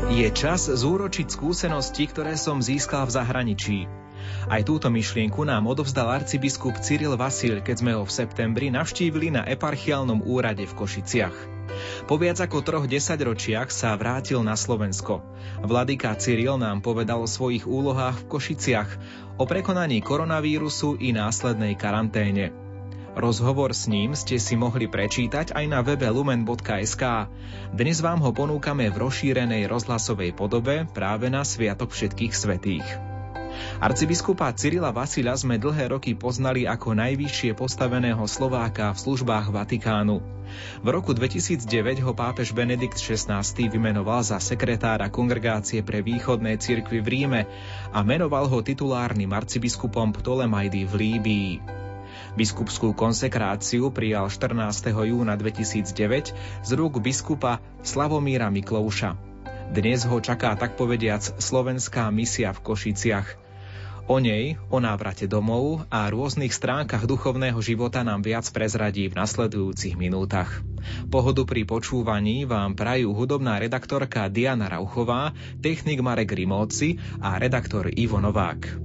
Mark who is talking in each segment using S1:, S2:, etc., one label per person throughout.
S1: Je čas zúročiť skúsenosti, ktoré som získal v zahraničí. Aj túto myšlienku nám odovzdal arcibiskup Cyril Vasil, keď sme ho v septembri navštívili na eparchiálnom úrade v Košiciach. Po viac ako 3 desaťročiach sa vrátil na Slovensko. Vladyka Cyril nám povedal o svojich úlohách v Košiciach, o prekonaní koronavírusu i následnej karanténe. Rozhovor s ním ste si mohli prečítať aj na webe lumen.sk. Dnes vám ho ponúkame v rozšírenej rozhlasovej podobe práve na Sviatok všetkých svätých. Arcibiskupa Cyrila Vasila sme dlhé roky poznali ako najvyššie postaveného Slováka v službách Vatikánu. V roku 2009 ho pápež Benedikt XVI vymenoval za sekretára Kongregácie pre východné cirkvi v Ríme a menoval ho titulárnym arcibiskupom Ptolemaidy v Líbii. Biskupskú konsekráciu prijal 14. júna 2009 z rúk biskupa Slavomíra Miklouša. Dnes ho čaká tak povediac slovenská misia v Košiciach. O nej, o návrate domov a rôznych stránkach duchovného života nám viac prezradí v nasledujúcich minútach. Pohodu pri počúvaní vám prajú hudobná redaktorka Diana Rauchová, technik Marek Rimóci a redaktor Ivo Novák.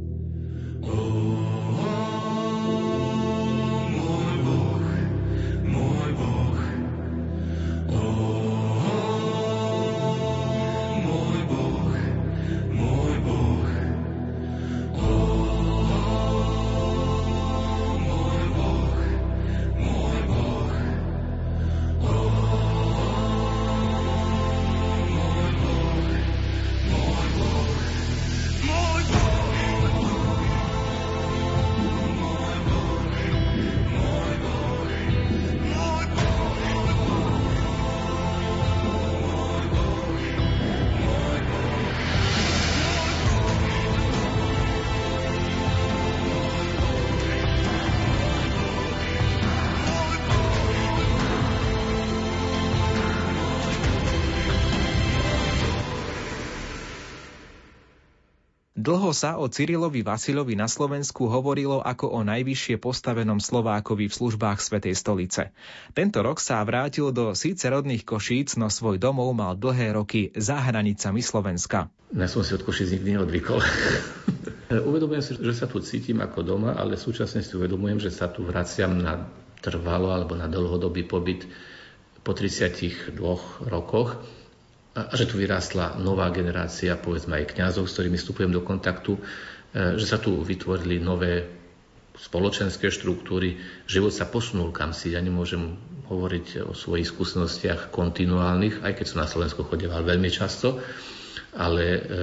S1: Dlho sa o Cyrilovi Vasilovi na Slovensku hovorilo ako o najvyššie postavenom Slovákovi v službách Svätej stolice. Tento rok sa vrátil do síce rodných Košíc, no svoj domov mal dlhé roky za hranicami Slovenska.
S2: Ja som si od Košíc nikdy neodvykol. Uvedomujem si, že sa tu cítim ako doma, ale súčasne si uvedomujem, že sa tu vraciam na trvalo alebo na dlhodobý pobyt po 32 rokoch. A že tu vyrástla nová generácia, povedzme aj kňazov, s ktorými vstupujem do kontaktu, že sa tu vytvorili nové spoločenské štruktúry, život sa posunul kamsi. Ja nemôžem hovoriť o svojich skúsenostiach kontinuálnych, aj keď som na Slovensku chodieval veľmi často, ale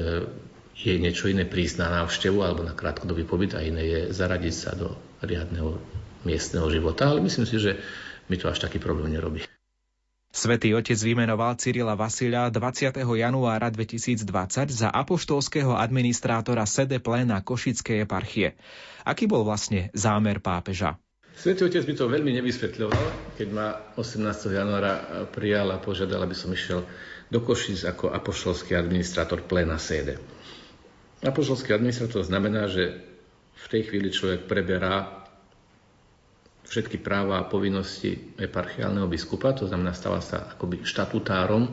S2: je niečo iné prísť na návštevu alebo na krátkodobý pobyt a iné je zaradiť sa do riadneho miestneho života. Ale myslím si, že mi to až taký problém nerobí.
S1: Svätý Otec vymenoval Cyrila Vasila 20. januára 2020 za apoštolského administrátora sede pléna Košickej eparchie. Aký bol vlastne zámer pápeža?
S2: Svätý Otec mi to veľmi nevysvetľoval, keď ma 18. januára prijal a požiadal, aby som išiel do Košíc ako apoštolský administrátor pléna sede. Apoštolský administrátor znamená, že v tej chvíli človek preberá všetky práva a povinnosti eparchiálneho biskupa, to znamená, stáva sa akoby štatutárom,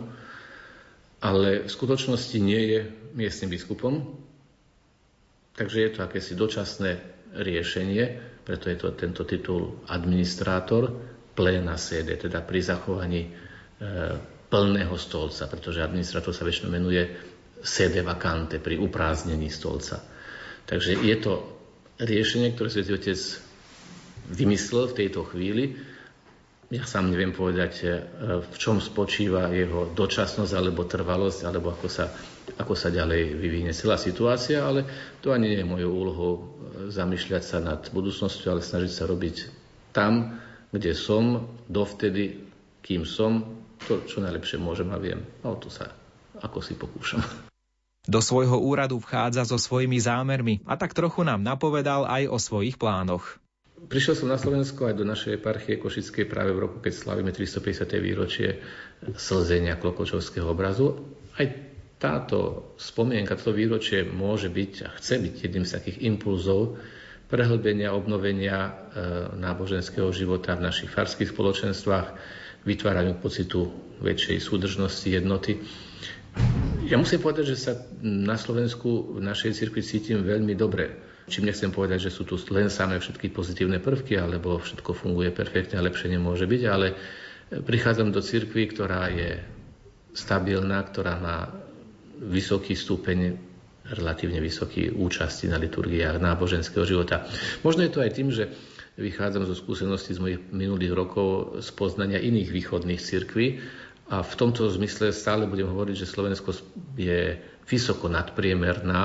S2: ale v skutočnosti nie je miestnym biskupom, takže je to akési dočasné riešenie, preto je to tento titul administrátor pléna sede, teda pri zachovaní plného stolca, pretože administrátor sa väčšinou menuje sede vacante, pri uprázdnení stolca. Takže je to riešenie, ktoré Svätý Otec vymyslel v tejto chvíli. Ja sám neviem povedať, v čom spočíva jeho dočasnosť alebo trvalosť, alebo ako sa ďalej vyvinie celá situácia, ale to ani nie je mojou úlohou zamýšľať sa nad budúcnosťou, ale snažiť sa robiť tam, kde som, dovtedy, kým som, to, čo najlepšie môžem a viem. A o to sa ako si pokúšam.
S1: Do svojho úradu vchádza so svojimi zámermi a tak trochu nám napovedal aj o svojich plánoch.
S2: Prišiel som na Slovensko aj do našej eparchie Košickej práve v roku, keď slávime 350. výročie slzenia Klokočovského obrazu. Aj táto spomienka, toto výročie môže byť a chce byť jedným z takých impulzov prehlbenia, obnovenia náboženského života v našich farských spoločenstvách, vytváraniu pocitu väčšej súdržnosti, jednoty. Ja musím povedať, že sa na Slovensku v našej cirkvi cítim veľmi dobre. Čím nechcem povedať, že sú tu len samé všetky pozitívne prvky, alebo všetko funguje perfektne a lepšie nemôže byť, ale prichádzam do cirkvi, ktorá je stabilná, ktorá má vysoký stupeň, relatívne vysoký účasti na liturgiách náboženského života. Možno je to aj tým, že vychádzam zo skúseností z mojich minulých rokov z poznania iných východných cirkví a v tomto zmysle stále budem hovoriť, že Slovensko je vysoko nadpriemerná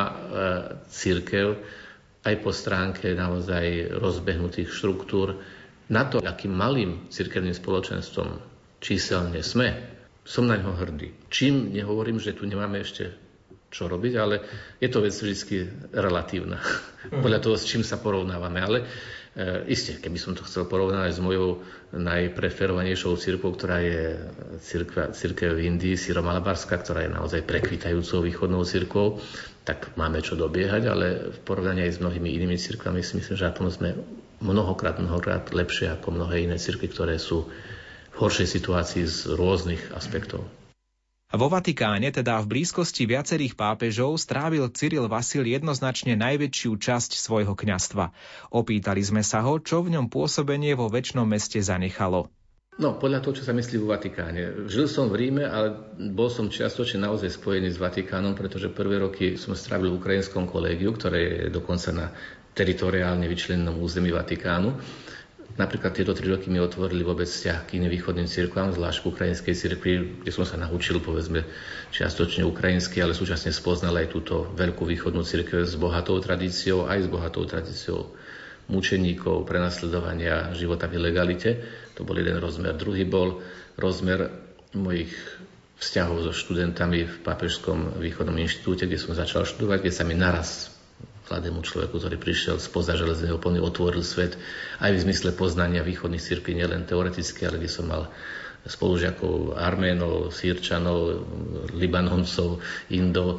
S2: cirkev aj po stránke naozaj rozbehnutých štruktúr. Na to, akým malým cirkevným spoločenstvom číselne sme, som na ňo hrdý. Čím nehovorím, že tu nemáme ešte čo robiť, ale je to vec vždy relatívna. Podľa toho, s čím sa porovnávame. Ale isté, keby som to chcel porovnať s mojou najpreferovanejšou cirkvou, ktorá je cirkev v Indii, Syro-Malabarská, ktorá je naozaj prekvitajúcou východnou cirkvou, tak máme čo dobiehať, ale v porovnaní aj s mnohými inými cirkvami si myslím, že atom sme mnohokrát lepšie ako mnohé iné cirkvy, ktoré sú v horšej situácii z rôznych aspektov.
S1: Vo Vatikáne, teda v blízkosti viacerých pápežov, strávil Cyril Vasil jednoznačne najväčšiu časť svojho kňazstva. Opýtali sme sa ho, čo v ňom pôsobenie vo Večnom meste zanechalo.
S2: No, podľa toho, čo sa myslí vo Vatikáne. Žil som v Ríme, ale bol som čiastočne naozaj spojený s Vatikánom, pretože prvé roky som strávil v ukrajinskom kolégiu, ktoré je dokonca na teritoriálne vyčlenenom území Vatikánu. Napríklad tieto 3 roky mi otvorili vôbec vzťah k iným východným cirkvám, zvlášť k ukrajinskej cirkvi, kde som sa naučil, povedzme, čiastočne ukrajinsky, ale súčasne spoznal aj túto veľkú východnú cirkev s bohatou tradíciou, aj s bohatou tradíciou mučeníkov, prenasledovania života v ilegalite. To bol jeden rozmer. Druhý bol rozmer mojich vzťahov so študentami v Pápežskom východnom inštitúte, kde som začal študovať, kde sa mi naraz mladému človeku, ktorý prišiel spoza železnej opony, otvoril svet aj v zmysle poznania východných cirkví, nielen teoreticky, ale kde som mal spolužiakov Arménov, Sýrčanov, Libanoncov, Indov.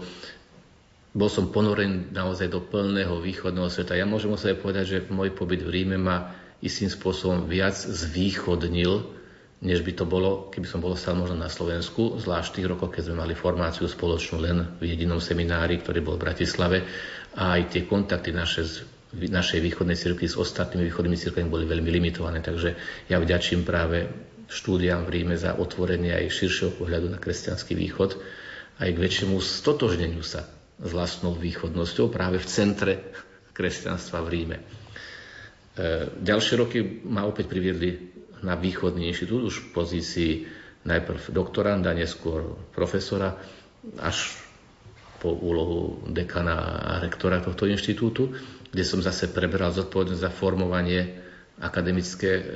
S2: Bol som ponorený naozaj do plného východného sveta. Ja môžem osobne povedať, že môj pobyt v Ríme ma istým spôsobom viac zvýchodnil, než by to bolo, keby som bol stále možno na Slovensku, zvlášť v tých rokoch, keď sme mali formáciu spoločnú len v jedinom seminári, ktorý bol v Bratislave, a aj tie kontakty našej východnej cirkvi s ostatnými východnými cirkvami boli veľmi limitované. Takže ja vďačím práve štúdiám v Ríme za otvorenie aj širšieho pohľadu na kresťanský východ, aj k väčšiemu stotožneniu sa s vlastnou východnosťou práve v centre kresťanstva v Ríme. Ďalšie roky ma opäť priviedli na východný inštitút, už v pozícii najprv doktoranda, neskôr profesora, až po úlohu dekana a rektora tohto inštitútu, kde som zase preberal zodpovednosť za formovanie akademické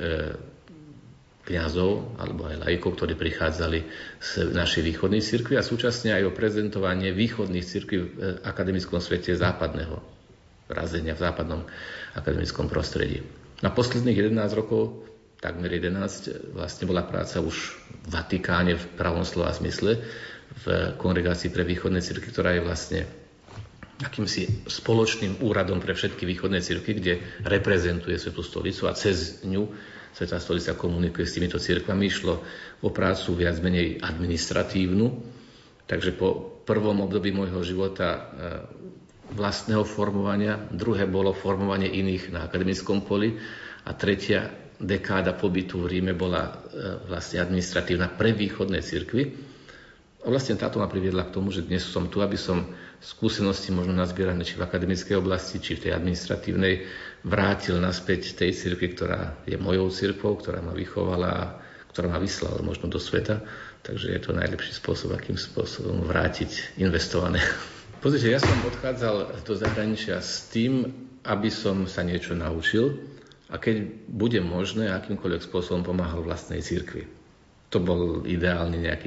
S2: kňazov alebo aj laikov, ktorí prichádzali z našej východnej cirkvi a súčasne aj o prezentovanie východných cirkví v akademickom svete západného razenia, v západnom akademickom prostredí. Na posledných 11 rokov, takmer 11, vlastne bola práca už v Vatikáne v pravom slova zmysle, v Kongregácii pre východné cirkvi, ktorá je vlastne akýmsi spoločným úradom pre všetky východné cirkvi, kde reprezentuje Svätú stolicu a cez ňu Svätá stolica komunikuje s týmito cirkvami. Išlo o prácu viac menej administratívnu, takže po prvom období môjho života vlastného formovania, druhé bolo formovanie iných na akademickom poli a tretia dekáda pobytu v Ríme bola vlastne administratívna pre východné cirkvi. A vlastne táto ma priviedla k tomu, že dnes som tu, aby som skúsenosti možno nazbierané či v akademickej oblasti, či v tej administratívnej vrátil naspäť tej cirkvi, ktorá je mojou cirkvou, ktorá ma vychovala, ktorá ma vyslala možno do sveta. Takže je to najlepší spôsob, akým spôsobom vrátiť investované. Pozrite, ja som odchádzal do zahraničia s tým, aby som sa niečo naučil a keď bude možné, akýmkoľvek spôsobom pomáhal vlastnej cirkvi. To bol ideálne nejaký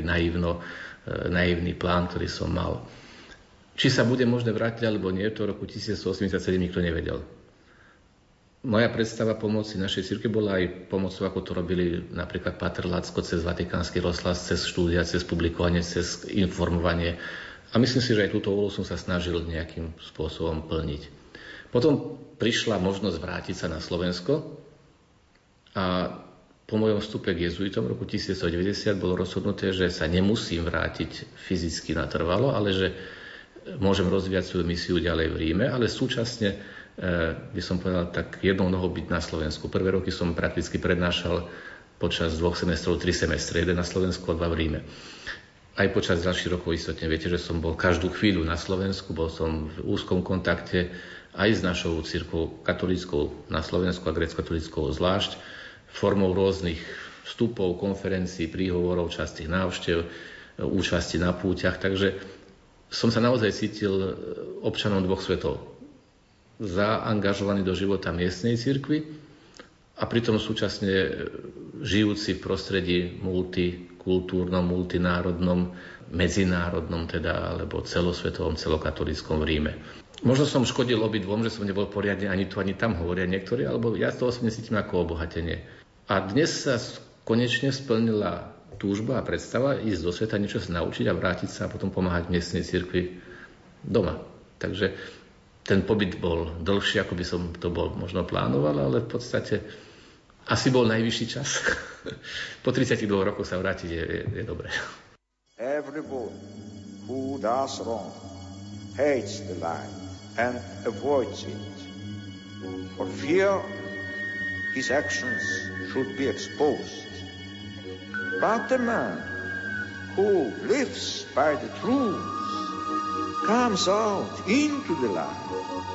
S2: naivný plán, ktorý som mal. Či sa bude možné vrátiť alebo nie, to v roku 1987 nikto nevedel. Moja predstava pomoci našej cirkvi bola aj pomocou, ako to robili napríklad Páter Lacko cez Vatikánsky rozhlas, cez štúdia, cez publikovanie, cez informovanie. A myslím si, že aj túto úlohu som sa snažil nejakým spôsobom plniť. Potom prišla možnosť vrátiť sa na Slovensko a po mojom vstupe k jezuitom v roku 1990 bolo rozhodnuté, že sa nemusím vrátiť fyzicky natrvalo, ale že môžem rozvíjať svoju misiu ďalej v Ríme, ale súčasne by som povedal tak jednou nohou byť na Slovensku. Prvé roky som prakticky prednášal počas 2 semestrov, 3 semestre, jeden na Slovensku a 2 v Ríme. Aj počas ďalších rokov istotne viete, že som bol každú chvíľu na Slovensku, bol som v úzkom kontakte aj s našou cirkvou katolíckou na Slovensku a grécko-katolíckou zvlášť, formou rôznych vstupov, konferencií, príhovorov, častých návštev, účasti na púťach, takže som sa naozaj cítil občanom dvoch svetov. Zaangažovaný do života miestnej cirkvi a pritom súčasne žijúci v prostredí multikultúrnom, multinárodnom, medzinárodnom teda, alebo celosvetovom, celokatolíckom v Ríme. Možno som škodil obidvom, že som nebol poriadne ani tu, ani tam, hovoria niektorí, alebo ja z toho osobne cítim ako obohatenie. A dnes sa konečne splnila túžba a predstava ísť do sveta, niečo sa naučiť a vrátiť sa a potom pomáhať miestnej cirkvi doma. Takže ten pobyt bol dlhší, ako by som to bol možno plánoval, ale v podstate asi bol najvyšší čas. Po 32 rokoch sa vrátiť je dobré.
S3: Everyone who does wrong hates the light and avoids it. For fear his actions should be exposed. But the man who lives by the truth comes out into the light,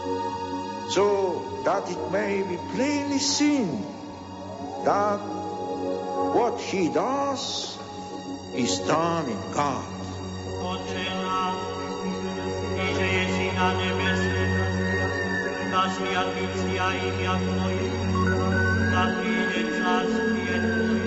S3: so that it may be plainly seen that what he does is done in God.
S4: Otče náš, Iže jesi na nebese, da sviatitsia imia Tvoje, da príde carstwie Tvoje.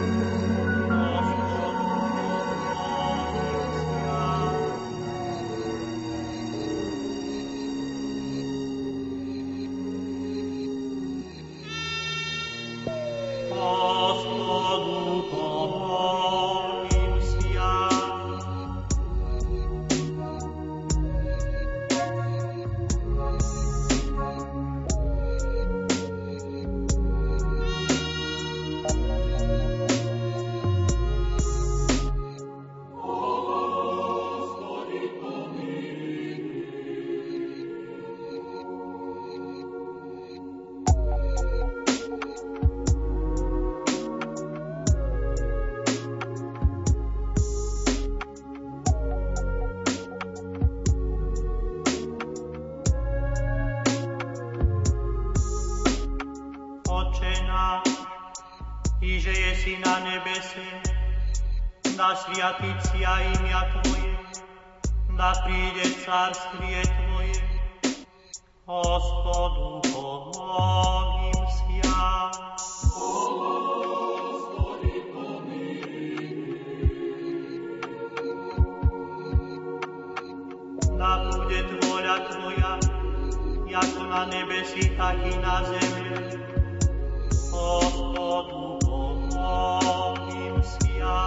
S4: Sviatitsia imia Tvoje, da príde carstwie Tvoje. Hospodu pomolím sia. Hospodi pomíli. Da bude Tvoľa Tvoja, jako na nebesi, tak i na zemi. Hospodu pomolím sia.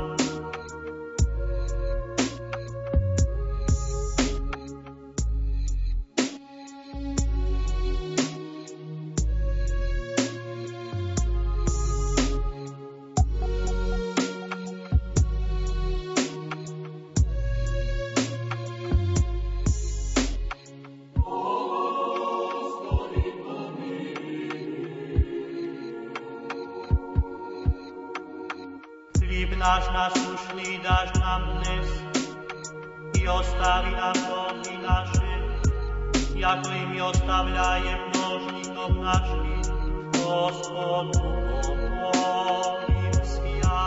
S4: Náš naslušný dáš nám dnes i ostavi nám dlhy naše, jako im i ostavľajem dlžníkom našim. Hospodu pomolím sia.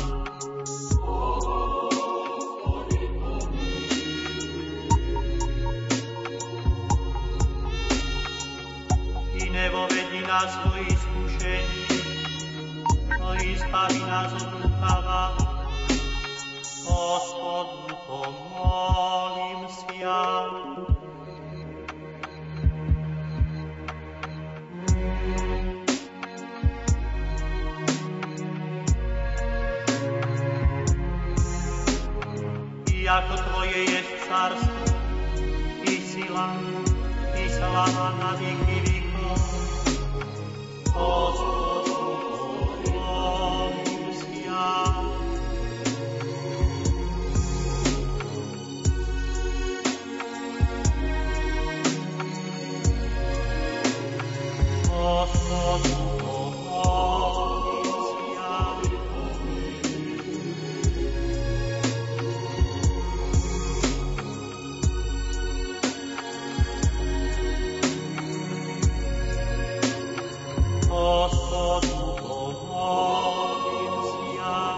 S4: Hospodi pomíli. I nevovedi nás do iskušení, no i zbavi nás od lukava. Hospodu pomolím sia. I ako Tvoje je carstvo, i sila, i sláva na veky vekov. Hospodu pomolím. Gospodu pomodlím ja.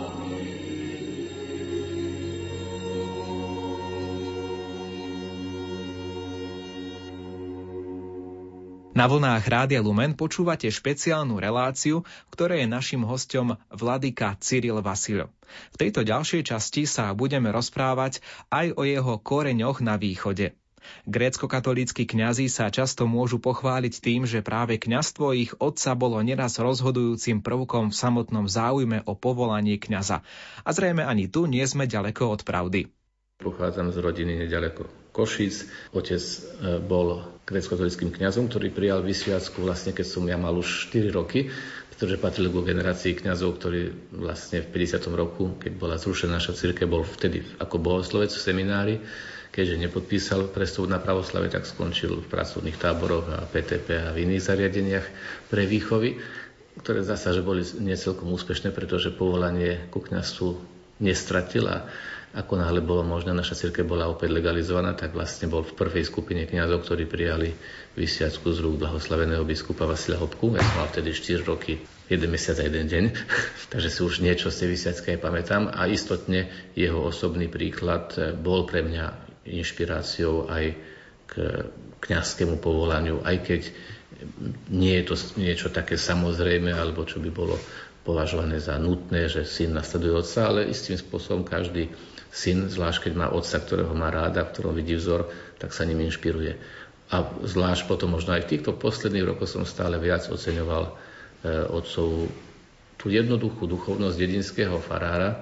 S1: Na vlnách Rádia Lumen počúvate špeciálnu reláciu, v ktorej je naším hosťom vladyka Cyril Vasil. V tejto ďalšej časti sa budeme rozprávať aj o jeho koreňoch na východe. Grécko-katolícki kňazi sa často môžu pochváliť tým, že práve kňazstvo ich otca bolo neraz rozhodujúcim prvkom v samotnom záujme o povolanie kňaza. A zrejme ani tu nie sme ďaleko od pravdy.
S2: Pochádzam z rodiny nedaleko Košíc. Otec bol grécko-katolíckym kňazom, ktorý prijal vysviacku vlastne, keď som ja mal už 4 roky, pretože patril ku generácii kňazov, ktorý vlastne v 50. roku, keď bola zrušená naša cirkev, bol vtedy ako bohoslovec v seminári. Keďže nepodpísal prestup na pravoslave, tak skončil v pracovných táboroch a PTP a v iných zariadeniach pre výchovy, ktoré zasa, že boli necelkom úspešné, pretože povolanie ku kňazstvu nestratil a ako náhle bolo možné, naša cirkev bola opäť legalizovaná, tak vlastne bol v prvej skupine kňazov, ktorí prijali vysviacku z rúk blahoslaveného biskupa Vasila Hopku. Ja som mal vtedy 4 roky, 1 mesiac a 1 deň, takže si už niečo z tej vysviacky aj pamätám a istotne jeho osobný príklad bol pre mňa inšpiráciou aj k kňazskému povolaniu, aj keď nie je to niečo také samozrejme, alebo čo by bolo považované za nutné, že syn nasleduje otca, ale istým spôsobom každý syn, zvlášť keď má otca, ktorého má ráda, v ktorom vidí vzor, tak sa ním inšpiruje. A zvlášť potom možno aj v týchto posledných rokoch som stále viac oceňoval otcov tú jednoduchú duchovnosť dedinského farára,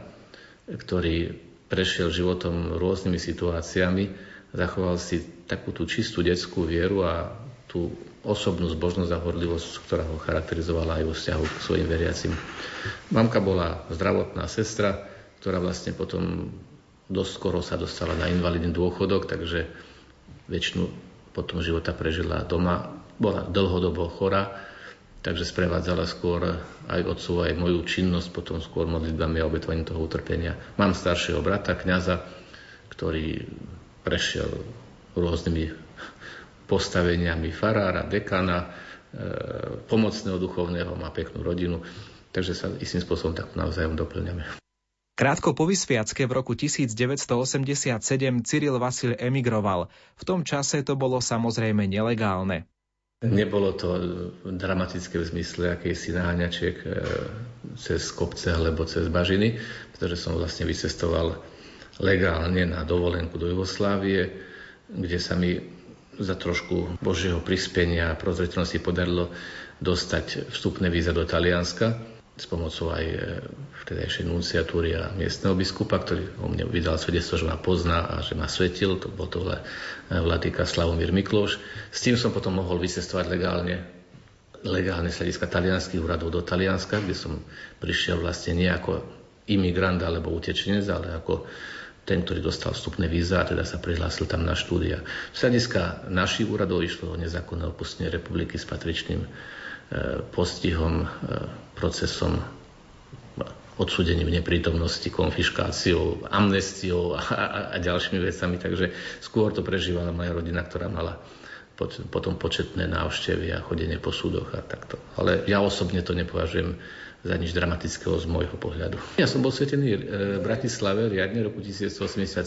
S2: ktorý prešiel životom rôznymi situáciami, zachoval si takú tú čistú detskú vieru a tú osobnú zbožnosť a horlivosť, ktorá ho charakterizovala aj vo vzťahu k svojim veriacim. Mamka bola zdravotná sestra, ktorá vlastne potom dosť skoro sa dostala na invalidný dôchodok, takže väčšinu potom života prežila doma. Bola dlhodobo chorá, takže sprevádzala skôr aj otcov, aj moju činnosť, potom skôr modlitbami a obetovaním toho utrpenia. Mám staršieho brata, kňaza, ktorý prešiel rôznymi postaveniami farára, dekana, pomocného duchovného, má peknú rodinu, takže sa istým spôsobom tak navzájom doplňame.
S1: Krátko po vysviacke v roku 1987 Cyril Vasil emigroval. V tom čase to bolo samozrejme nelegálne.
S2: Nebolo to dramatické v zmysle akejsi naháňačiek cez kopce alebo cez bažiny, pretože som vlastne vycestoval legálne na dovolenku do Jugoslávie, kde sa mi za trošku Božieho prispenia a prozreteľnosti podarilo dostať vstupné víza do Talianska s pomocou aj vtedajšej nunciatúry a miestneho biskupa, ktorý o mne vydal svedectvo, že ma pozná a že ma svetil. To bol to vladyka Slavomír Mikloš. S tým som potom mohol vycestovať legálne z hľadiska talianských úradov do Talianska, kde som prišiel vlastne nie ako imigrant alebo utečenec, ale ako ten, ktorý dostal vstupné víza a teda sa prihlásil tam na štúdia. Z hľadiska našich úradov išlo o nezákonné opustenie republiky s patričným postihom, procesom, odsúdením neprítomnosti, konfiškáciou, amnestiou a ďalšími vecami. Takže skôr to prežívala moja rodina, ktorá mala potom početné návštevy a chodenie po súdoch a takto. Ale ja osobne to nepovažujem za nič dramatického z môjho pohľadu. Ja som bol svetený v Bratislave riadne roku 1987,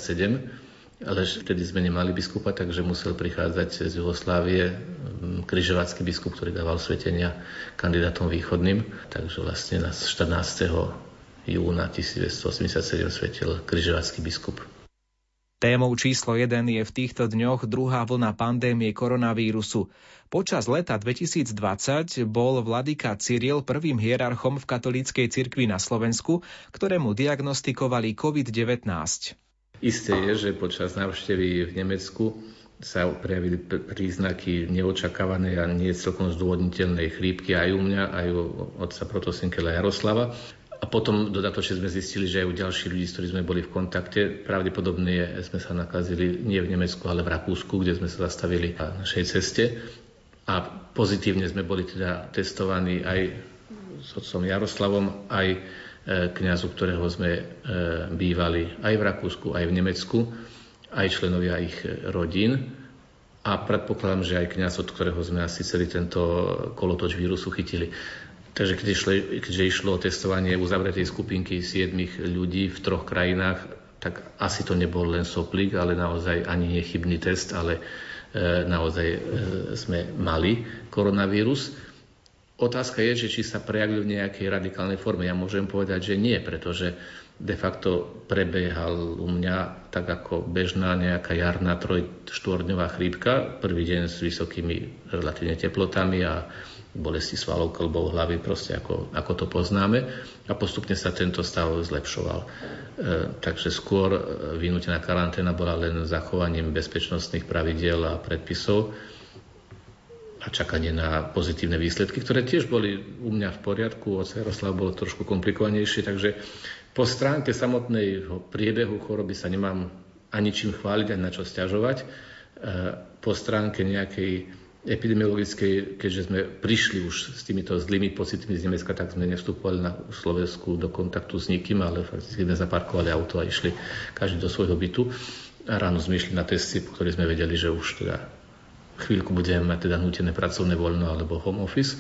S2: ale vtedy sme nemali biskupa, takže musel prichádzať z Jugoslávie križovacký biskup, ktorý dával svetenia kandidátom východným. Takže vlastne na 14. júna 1987 svetil križovacký biskup.
S1: Témou číslo 1 je v týchto dňoch druhá vlna pandémie koronavírusu. Počas leta 2020 bol vladyka Cyril prvým hierarchom v katolíckej cirkvi na Slovensku, ktorému diagnostikovali COVID-19.
S2: Isté je, že počas návštevy v Nemecku sa prejavili príznaky neočakávanej a nie celkom zdôvodniteľnej chrípky aj u mňa, aj u otca protosinkela Jaroslava. A potom dodatočne sme zistili, že aj u ďalších ľudí, s ktorými sme boli v kontakte, pravdepodobne sme sa nakazili nie v Nemecku, ale v Rakúsku, kde sme sa zastavili na našej ceste. A pozitívne sme boli teda testovaní aj s otcom Jaroslavom, aj kňazu, ktorého sme bývali aj v Rakúsku, aj v Nemecku, aj členovia ich rodín. a predpokladám, že aj kňaz, od ktorého sme asi celý tento kolotoč vírusu chytili. Takže keďže išlo o testovanie uzavretej skupinky 7 ľudí v 3 krajinách, tak asi to nebol len soplík, ale naozaj ani nechybný test, ale naozaj sme mali koronavírus. Otázka je, že či sa prejavil v nejakej radikálnej forme. Ja môžem povedať, že nie, pretože de facto prebiehal u mňa tak ako bežná nejaká jarná 3-4-dňová chrípka. Prvý deň s vysokými relatívne teplotami a bolesti svalov, klbov, hlavy, proste ako to poznáme. A postupne sa tento stav zlepšoval. Takže skôr vynútená karanténa bola len zachovaním bezpečnostných pravidiel a predpisov a čakanie na pozitívne výsledky, ktoré tiež boli u mňa v poriadku. Od Jaroslava bolo trošku komplikovanejšie, takže po stránke samotného priebehu choroby sa nemám ani čím chváliť, ani na čo sťažovať. Po stránke nejakej epidemiologickej, keďže sme prišli už s týmito zlými pocitmi z Nemecka, tak sme nevstupovali na Slovensku do kontaktu s nikým, ale fakticky sme zaparkovali auto a išli každý do svojho bytu. A ráno sme išli na testy, po ktorých sme vedeli, že už teda chvíľku budeme mať teda nútené pracovné voľno alebo home office.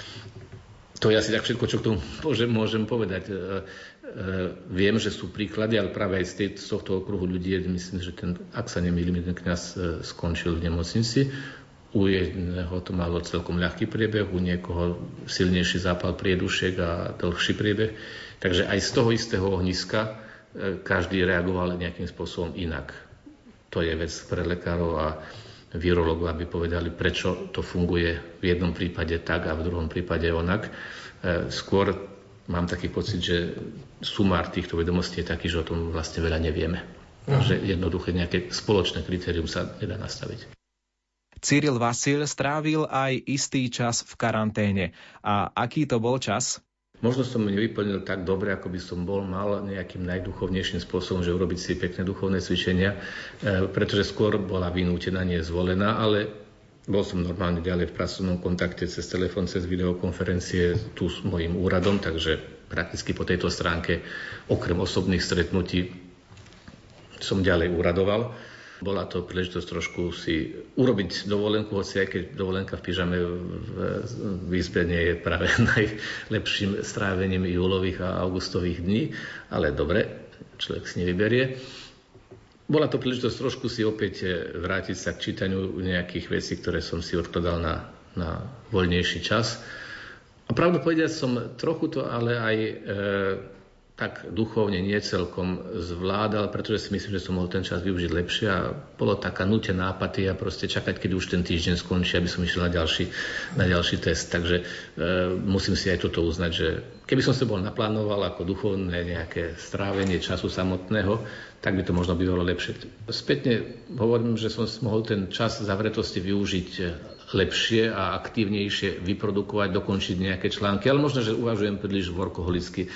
S2: To je asi tak všetko, čo k tomu môžem povedať. Viem, že sú príklady, ale práve aj z tohto okruhu ľudí, myslím, že ak sa nemýlim, jeden kňaz skončil v nemocnici. U jedného to malo celkom ľahký priebeh, u niekoho silnejší zápal priedušiek a dlhší priebeh. Takže aj z toho istého ohniska každý reagoval nejakým spôsobom inak. To je vec pre lekárov a virológov, aby povedali, prečo to funguje v jednom prípade tak a v druhom prípade onak. Skôr mám taký pocit, že sumár týchto vedomostí je taký, že o tom vlastne veľa nevieme. Takže jednoduché nejaké spoločné kritérium sa nedá nastaviť.
S1: Cyril Vasil strávil aj istý čas v karanténe. A aký to bol čas?
S2: Možno som nevyplnil tak dobre, ako by som mal nejakým najduchovnejším spôsobom, že urobiť si pekné duchovné cvičenia, pretože skôr bola vynútená, nie zvolená, ale bol som normálne ďalej v pracovnom kontakte cez telefón, cez videokonferencie tu s mojím úradom, takže prakticky po tejto stránke okrem osobných stretnutí som ďalej úradoval. Bola to príležitosť trošku si urobiť dovolenku, hoci aj keď dovolenka v pyžame v izbe nie je práve najlepším strávením júlových a augustových dní, ale dobre, človek si nevyberie. Bola to príležitosť trošku si opäť vrátiť sa k čítaniu nejakých vecí, ktoré som si odkladal na voľnejší čas. A pravdu povedať som trochu to ale aj tak duchovne nie celkom zvládal, pretože si myslím, že som mohol ten čas využiť lepšie a bolo taká nútená apatia proste čakať, keď už ten týždeň skončí, aby som išiel na ďalší test. Takže musím si aj toto uznať, že keby som sa bol naplánoval ako duchovné nejaké strávenie času samotného, tak by to možno bývalo lepšie. Spätne hovorím, že som mohol ten čas zavretosti využiť lepšie a aktívnejšie vyprodukovať, dokončiť nejaké články, ale možno, že uvažujem príliš workoholicky,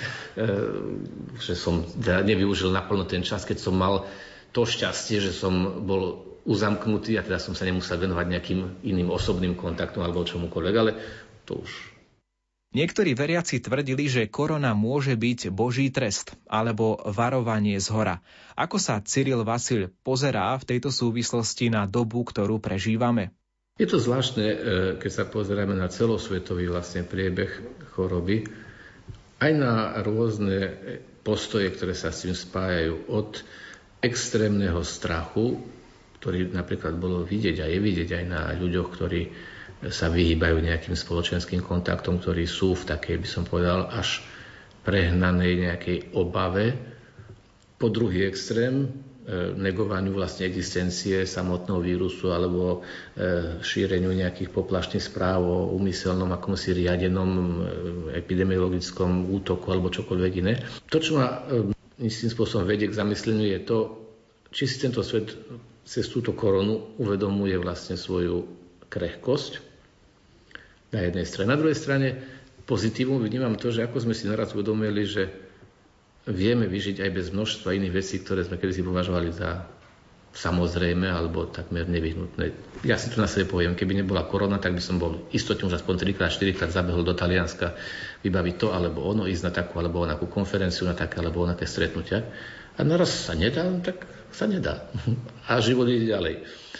S2: že som nevyužil naplno ten čas, keď som mal to šťastie, že som bol uzamknutý a teda som sa nemusel venovať nejakým iným osobným kontaktom alebo čomukoľvek, ale to už.
S1: Niektorí veriaci tvrdili, že korona môže byť Boží trest alebo varovanie zhora. Ako sa Cyril Vasil pozerá v tejto súvislosti na dobu, ktorú prežívame?
S2: Je to zvláštne, keď sa pozeráme na celosvetový vlastne priebeh choroby, aj na rôzne postoje, ktoré sa s tým spájajú, od extrémneho strachu, ktorý napríklad bolo vidieť a je vidieť aj na ľuďoch, ktorí sa vyhýbajú nejakým spoločenským kontaktom, ktorí sú v takej, by som povedal, až prehnanej nejakej obave. Po druhý extrém, negovaniu vlastne existencie samotného vírusu alebo šíreniu nejakých poplašných správ o úmyselnom akomsi riadenom epidemiologickom útoku alebo čokoľvek iné. To, čo ma istým spôsobom vedie k zamysleniu, je to, či si tento svet cez túto koronu uvedomuje vlastne svoju krehkosť na jednej strane. Na druhej strane pozitívum vnímam to, že ako sme si naraz uvedomili, že vieme vyžiť aj bez množstva iných vecí, ktoré sme kedysi považovali za samozrejme alebo takmer nevyhnutné. Ja si to na sebe poviem, keby nebola korona, tak by som bol istotne už aspoň 3-4 krát zabehol do Talianska vybaviť to alebo ono, ísť na takú alebo onakú konferenciu, na také alebo onaké stretnutia. A naraz sa nedá, tak sa nedá. A život ide ďalej.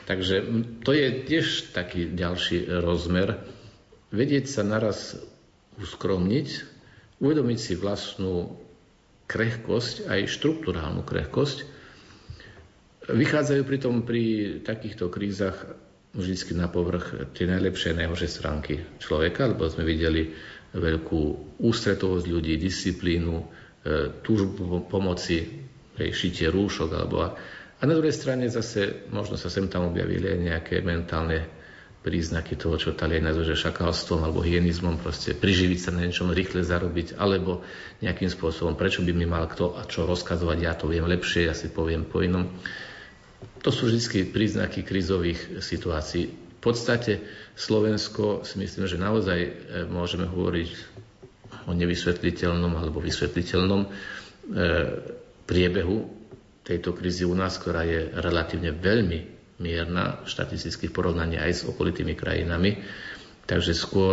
S2: Takže to je tiež taký ďalší rozmer. Vedieť sa naraz uskromniť, uvedomiť si vlastnú krehkosť, aj štruktúrálnu krehkosť. Vychádzajú pritom pri takýchto krízach vždy na povrch tie najlepšie, najhoršie stránky človeka, lebo sme videli veľkú ústretovosť ľudí, disciplínu, túžbu pomoci, šitie rúšok, a na druhej strane zase možno sa sem tam objavili aj nejaké mentálne príznaky toho, čo Taliani nazvú šakalstvom alebo hyenizmom, proste priživiť sa na niečom, rýchle zarobiť, alebo nejakým spôsobom, prečo by mi mal kto a čo rozkazovať, ja to viem lepšie, ja si poviem po inom. To sú vždy príznaky krízových situácií. V podstate Slovensko si myslím, že naozaj môžeme hovoriť o nevysvetliteľnom alebo vysvetliteľnom priebehu tejto krízy u nás, ktorá je relatívne veľmi mierna štatisticky v porovnaní aj s okolitými krajinami. Takže skôr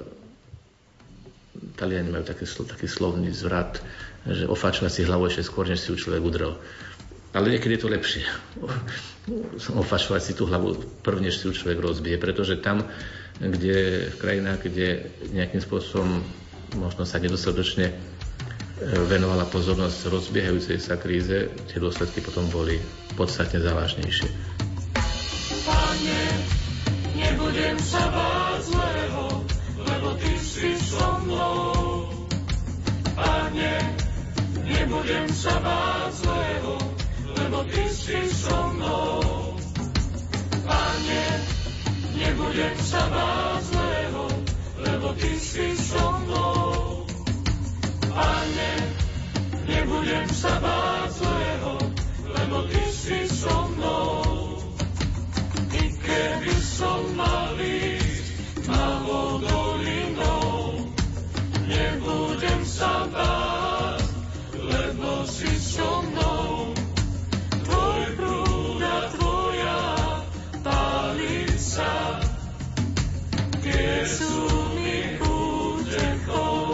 S2: Taliani majú taký slovný zvrat, že ofáčovať si hlavu ešte skôr, než si ju človek udrel. Ale niekedy je to lepšie. Ofašovať si tú hlavu prv, než si ju človek rozbije. Pretože tam, v krajinách, kde nejakým spôsobom možno sa nedostatočne venovala pozornosť rozbiehajúcej sa kríze, tie dôsledky potom boli podstatne závažnejšie.
S5: Pane, nebudem sa báť zlého, lebo Ty si so mnou. Pane, nebudem sa báť zlého, lebo Ty si so mnou. Pane, nebudem sa báť zlého, lebo Ty si so mnou. Pane, nebudem sa báť zlého, lebo Ty si so mnou. I keby som mal ísť tmavou dolinou, nebudem sa báť, lebo si so mnou. Tvoj prúd a Tvoja palica, tie sú mi útechou.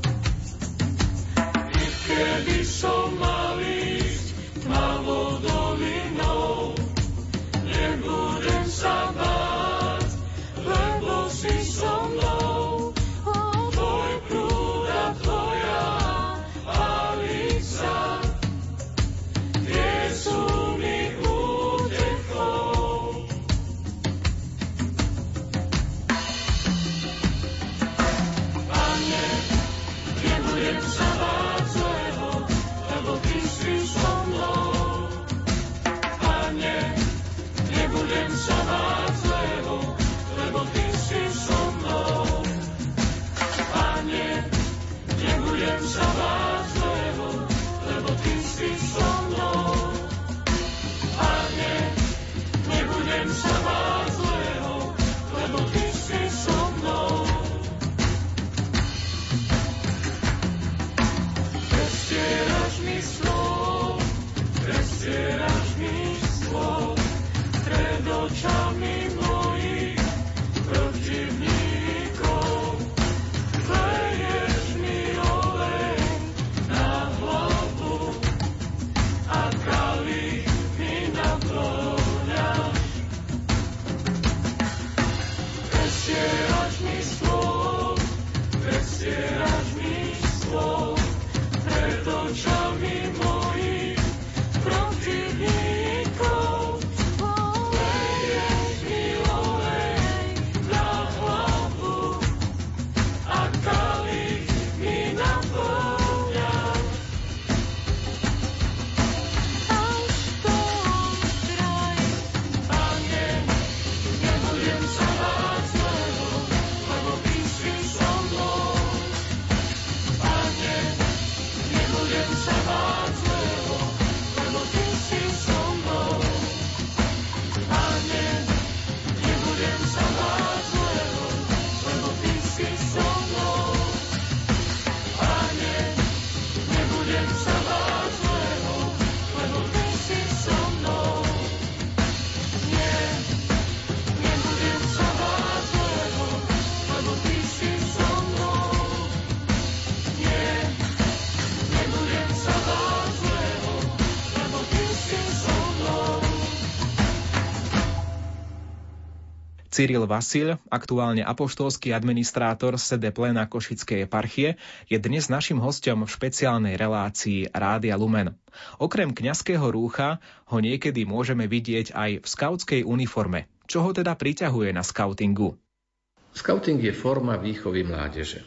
S5: I keby som mal ísť tmavou dolinou,
S1: Cyril Vasil, aktuálne apoštolský administrátor sede pléna Košickej eparchie, je dnes našim hosťom v špeciálnej relácii Rádia Lumen. Okrem kňazského rúcha ho niekedy môžeme vidieť aj v skautskej uniforme. Čo ho teda priťahuje na skautingu?
S2: Skauting je forma výchovy mládeže.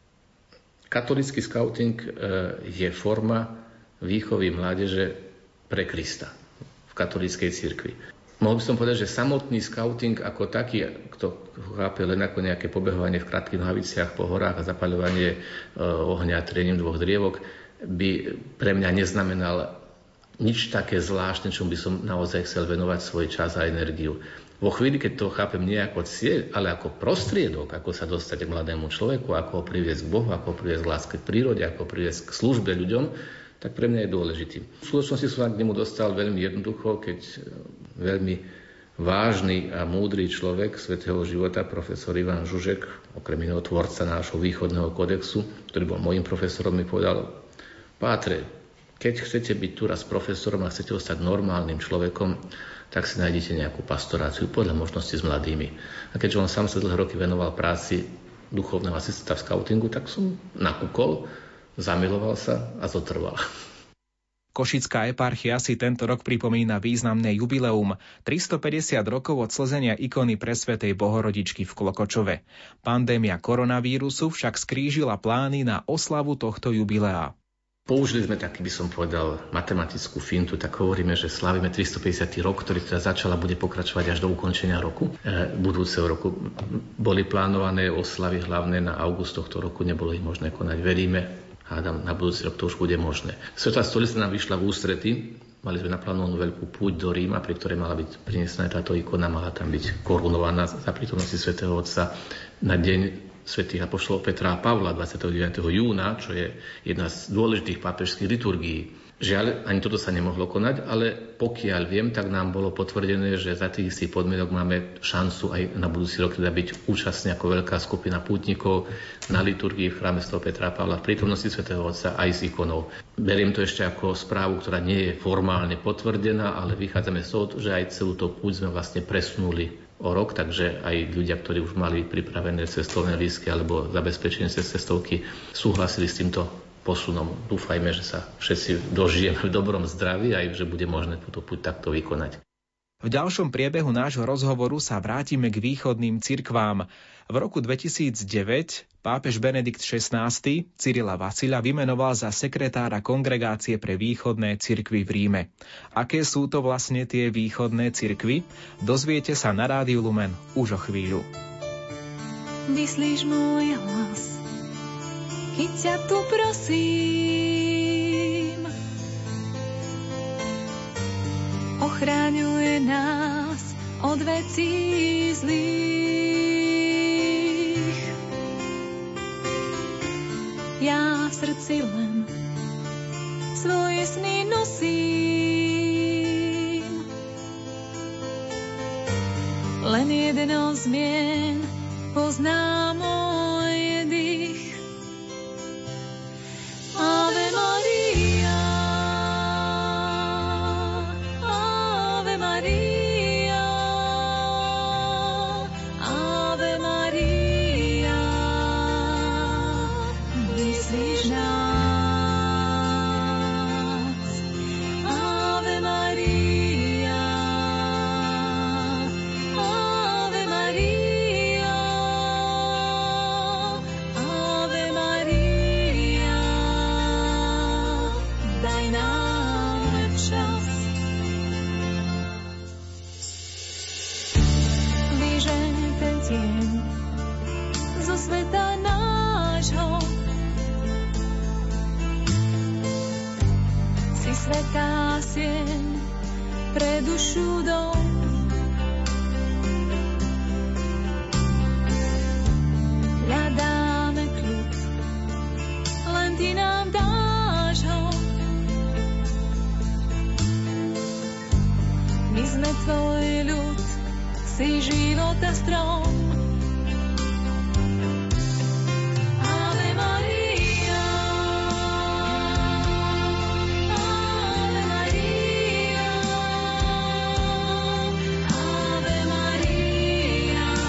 S2: Katolícky skauting je forma výchovy mládeže pre Krista v katolíckej cirkvi. Mohol by som povedať, že samotný skauting ako taký, kto chápe len ako nejaké pobehovanie v krátkych nohaviciach po horách a zapaľovanie ohňa trením dvoch drievok, by pre mňa neznamenal nič také zvláštne, čomu by som naozaj chcel venovať svoj čas a energiu. Vo chvíli, keď to chápem nie ako cieľ, ale ako prostriedok, ako sa dostať k mladému človeku, ako ho priviesť k Bohu, ako ho priviesť k láske k prírode, ako ho priviesť k službe ľuďom, tak pre mňa je dôležitý. V skutočnosti som sa k nemu dostal veľmi jednoducho, keď veľmi vážny a múdry človek svätého života, profesor Ivan Žužek, okrem iného tvorca nášho východného kodexu, ktorý bol môjim profesorom, mi povedal: Pátre, keď chcete byť tu raz profesorom a chcete ostať normálnym človekom, tak si nájdete nejakú pastoráciu podľa možnosti s mladými. A keďže on sám sa dlhé roky venoval práci duchovného asistenta v skautingu, tak som nakúkol, zamiloval sa a zotrval.
S1: Košická eparchia si tento rok pripomína významné jubileum, 350 rokov od slzenia ikony presvätej Bohorodičky v Klokočove. Pandémia koronavírusu však skrížila plány na oslavu tohto jubilea.
S2: Použili sme taký, by som povedal, matematickú fintu, tak hovoríme, že slávime 350. rok, ktorý teda začal a bude pokračovať až do ukončenia roku. Budúceho roku boli plánované oslavy hlavné na august tohto roku, nebolo ich možné konať. Veríme, hádam, na budúci rok to už bude možné. Svetá stolica nám vyšla v ústrety, mali sme naplánovanú veľkú púť do Ríma, pri ktorej mala byť prinesená táto ikona, mala tam byť korunovaná za prítomnosti svätého Otca na deň svätých apoštolov Petra a Pavla 29. júna, čo je jedna z dôležitých pápežských liturgií. Žiaľ, ani toto sa nemohlo konať, ale pokiaľ viem, tak nám bolo potvrdené, že za tých istých podmienok máme šancu aj na budúci rok teda byť účastní ako veľká skupina pútnikov na liturgii v chráme svätého Petra a Pavla v prítomnosti svätého Otca aj s ikonou. Beriem to ešte ako správu, ktorá nie je formálne potvrdená, ale vychádzame z toho, že aj celú tú púť sme vlastne presunuli o rok, takže aj ľudia, ktorí už mali pripravené cestovné lístky alebo zabezpečenie cestovky, súhlasili s týmto posunom. Dúfajme, že sa všetci dožijeme v dobrom zdraví a že bude možné túto púť takto vykonať.
S1: V ďalšom priebehu nášho rozhovoru sa vrátime k východným cirkvám. V roku 2009 pápež Benedikt XVI Cyrila Vasila vymenoval za sekretára Kongregácie pre východné cirkvy v Ríme. Aké sú to vlastne tie východné cirkvy? Dozviete sa na Rádiu Lumen už o chvíľu.
S6: Vyslíš môj hlas, keď ťa tu prosím. Ochraňuje nás od vecí zlých. Ja v srdci len svoje sny nosím. Len jedno zmien pozná môj dých. Ave Maria, Ave Maria, Ave Maria, vyslíš nás. Ave Maria, Ave Maria, Ave Maria, daj nám čas. Vyžeň ten tieň zo sveta nášho. Si svätá sieň pre dušu dom. Hľadáme kľud, len ty nám dáš ho. My sme tvoj ľud, si života strom. Ave Maria, Ave Maria, Ave Maria,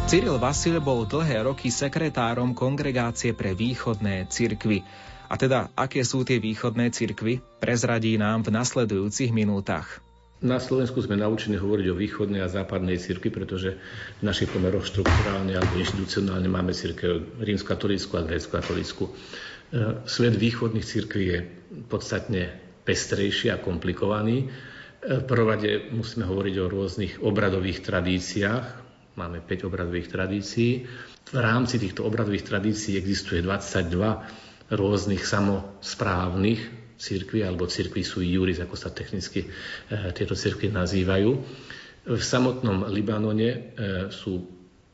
S1: Cyril Vasil bol dlhé roky sekretárom Kongregácie pre východné cirkvi. A teda, aké sú tie východné cirkvi, prezradí nám v nasledujúcich minútach.
S2: Na Slovensku sme naučení hovoriť o východnej a západnej cirkvi, pretože v našich pomeroch štruktúrálne alebo inštitucionálne máme cirkev rímskokatolícku a gréckokatolícku. Svet východných cirkví je podstatne pestrejší a komplikovaný. V prvom rade musíme hovoriť o rôznych obradových tradíciách. Máme 5 obradových tradícií. V rámci týchto obradových tradícií existuje 22 rôznych samosprávnych cirkví, alebo cirkví sui juris, ako sa technicky tieto cirkvi nazývajú. V samotnom Libanone sú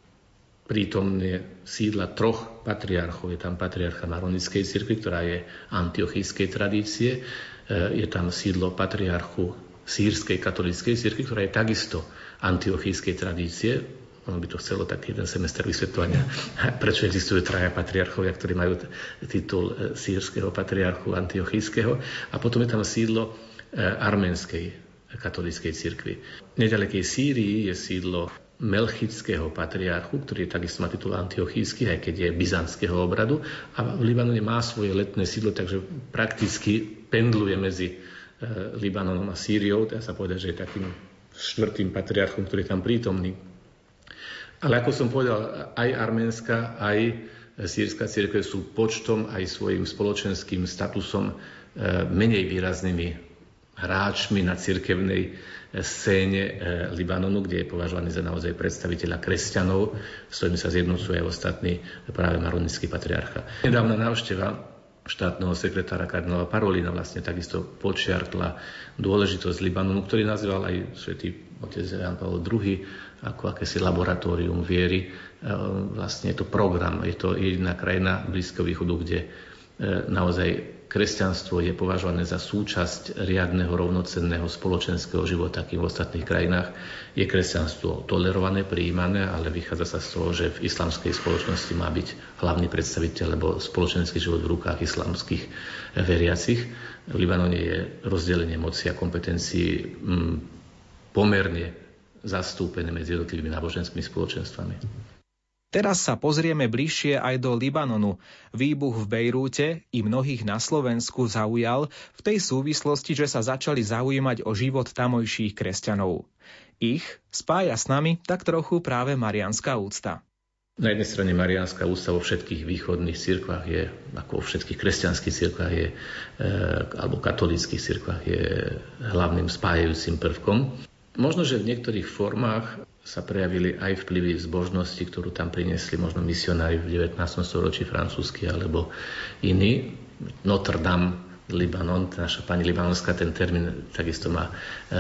S2: prítomné sídla 3 patriarchov. Je tam patriarcha Maronickej cirkvi, ktorá je antiochijskej tradície. Je tam sídlo patriarchu sýrskej katolíckej cirkvi, ktorá je takisto antiochijskej tradície. Ono by to chcelo taký jeden semester vysvetľovania, prečo existujú 3 patriarchovia, ktorí majú titul sýrskeho patriarchu antiochijského. A potom je tam sídlo arménskej katolíckej cirkvi. V nedalekej Sýrii je sídlo melchického patriarchu, ktorý je takisto má titul antiochijský, aj keď je byzantského obradu. A v Libanone má svoje letné sídlo, takže prakticky pendluje medzi Libanonom a Sýriou. Dá sa povedať, že je takým 4. patriarchom, ktorý je tam prítomný. Ale ako som povedal, aj arménska, aj sýrska cirkev sú počtom aj svojim spoločenským statusom menej výraznými hráčmi na cirkevnej scéne Libanonu, kde je považovaný za naozaj predstaviteľa kresťanov, s ktorými sa zjednocuje aj ostatný práve maronický patriarcha. Nedávna návšteva štátneho sekretára kardinála Parolina vlastne takisto počiarkla dôležitosť Libanonu, ktorý nazýval aj svätý otec Ján Pavol II ako akési laboratórium viery. Vlastne je to program, je to jediná krajina Blízkeho východu, kde naozaj kresťanstvo je považované za súčasť riadneho rovnocenného spoločenského života, akým v ostatných krajinách je kresťanstvo tolerované, prijímané, ale vychádza sa z toho, že v islamskej spoločnosti má byť hlavný predstaviteľ, lebo spoločenský život v rukách islamských veriacich. V Libanone je rozdelenie moci a kompetencií pomerne zastúpené medzi jednotlivými náboženskými spoločenstvami.
S1: Teraz sa pozrieme bližšie aj do Libanonu. Výbuch v Bejrúte i mnohých na Slovensku zaujal v tej súvislosti, že sa začali zaujímať o život tamojších kresťanov. Ich spája s nami tak trochu práve mariánska úcta.
S2: Na jednej strane mariánska úcta vo všetkých východných cirkvách je, ako vo všetkých kresťanských cirkvách je, alebo katolíckych cirkvách je hlavným spájajúcim prvkom. Možno, že v niektorých formách sa prejavili aj vplyvy zbožnosti, ktorú tam priniesli možno misionári v 19. storočí francúzsky alebo iní. Notre Dame, Libanon, naša pani libanonská, ten termín takisto má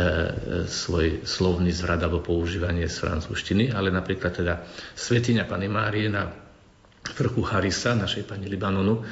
S2: svoj slovný zvrat alebo používanie z francúzštiny, ale napríklad teda svätyňa Panny Márie na vrchu Harisa, našej pani Libanonu,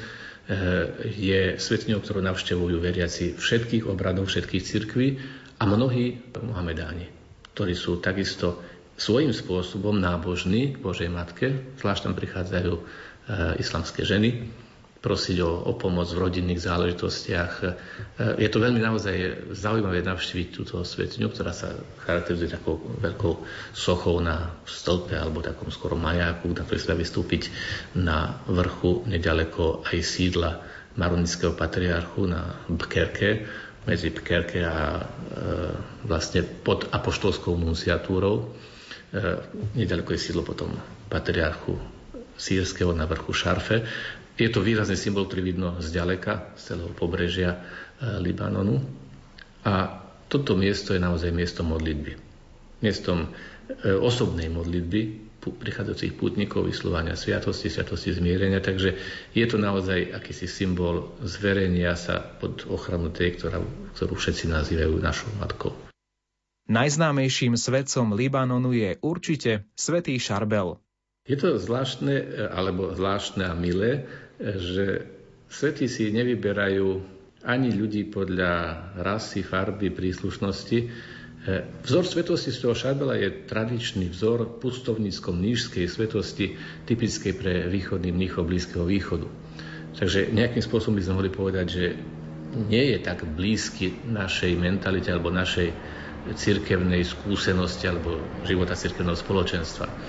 S2: je svätyňou, ktorú navštevujú veriaci všetkých obradov, všetkých cirkví a mnohí Mohamedáni, ktorí sú takisto svojím spôsobom nábožní k Božej Matke. Zvlášť tam prichádzajú islamské ženy prosiť o pomoc v rodinných záležitostiach. Je to veľmi naozaj zaujímavé navštíviť túto svätyňu, ktorá sa charakterizuje takou veľkou sochou na stĺpe alebo takom skoro majáku, na ktorej sa dá vystúpiť na vrchu nedaleko aj sídla maronického patriarchu na Bkerke, medzi Bkerke a vlastne pod apoštolskou nunciatúrou. Nedaleko je sídlo potom patriarchu sírskeho na vrchu Šarfe. Je to výrazný symbol, ktorý vidno zďaleka, z celého pobrežia Libanonu. A toto miesto je naozaj miestom modlitby. Miestom osobnej modlitby prichádzajúcich pútnikov, vyslovania sviatosti zmierenia. Takže je to naozaj akýsi symbol zverenia sa pod ochranu tej, ktorú všetci nazývajú našou matkou.
S1: Najznámejším svetcom Libanonu je určite svätý Šarbel.
S2: Je to zvláštne a milé, že svätí si nevyberajú ani ľudí podľa rasy, farby, príslušnosti. Vzor svetosti z toho Šarbela je tradičný vzor pustovnícko-mníšskej svetosti, typickej pre východný mníchov Blízkeho východu. Takže nejakým spôsobom by sme mohli povedať, že nie je tak blízky našej mentalite alebo našej cirkevnej skúsenosti alebo života cirkevného spoločenstva.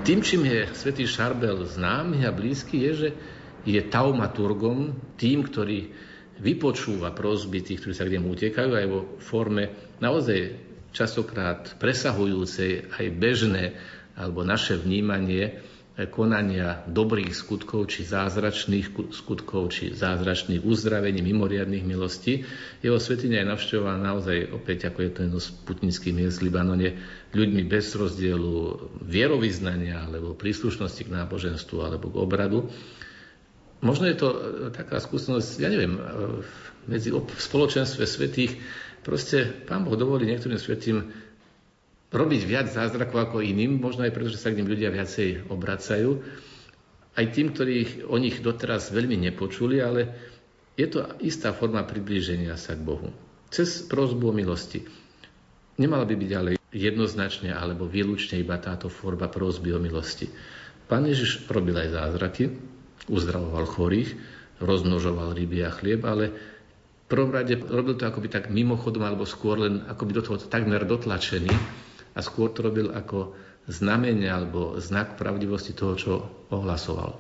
S2: Tým, čím je svätý Šarbel známy a blízky, je, že je taumaturgom, tým, ktorý vypočúva prosby tých, ktorí sa k nemu utekajú, aj vo forme naozaj častokrát presahujúcej aj bežné alebo naše vnímanie konania dobrých skutkov, či zázračných skutkov, či zázračných uzdravení, mimoriadnych milostí. Jeho svätyňa je navštevovaná naozaj opäť, ako je to jedno z putnických miest v Libanone, ľuďmi bez rozdielu vierovyznania alebo príslušnosti k náboženstvu alebo k obradu. Možno je to taká skúsenosť, ja neviem, v spoločenstve svätých, proste Pán Boh dovolí niektorým svätým robiť viac zázrakov ako iným, možno aj preto, že sa k nim ľudia viacej obracajú. Aj tým, ktorí o nich doteraz veľmi nepočuli, ale je to istá forma priblíženia sa k Bohu. Cez prosbu o milosti. Nemala by byť ale jednoznačne alebo výlučne iba táto forma prosby o milosti. Pán Ježiš robil aj zázraky, uzdravoval chorých, rozmnožoval ryby a chlieb, ale v prvom rade robil to akoby tak mimochodom, alebo skôr len akoby do toho takmer dotlačený, a skôr to robil ako znamenie alebo znak pravdivosti toho, čo ohlasoval.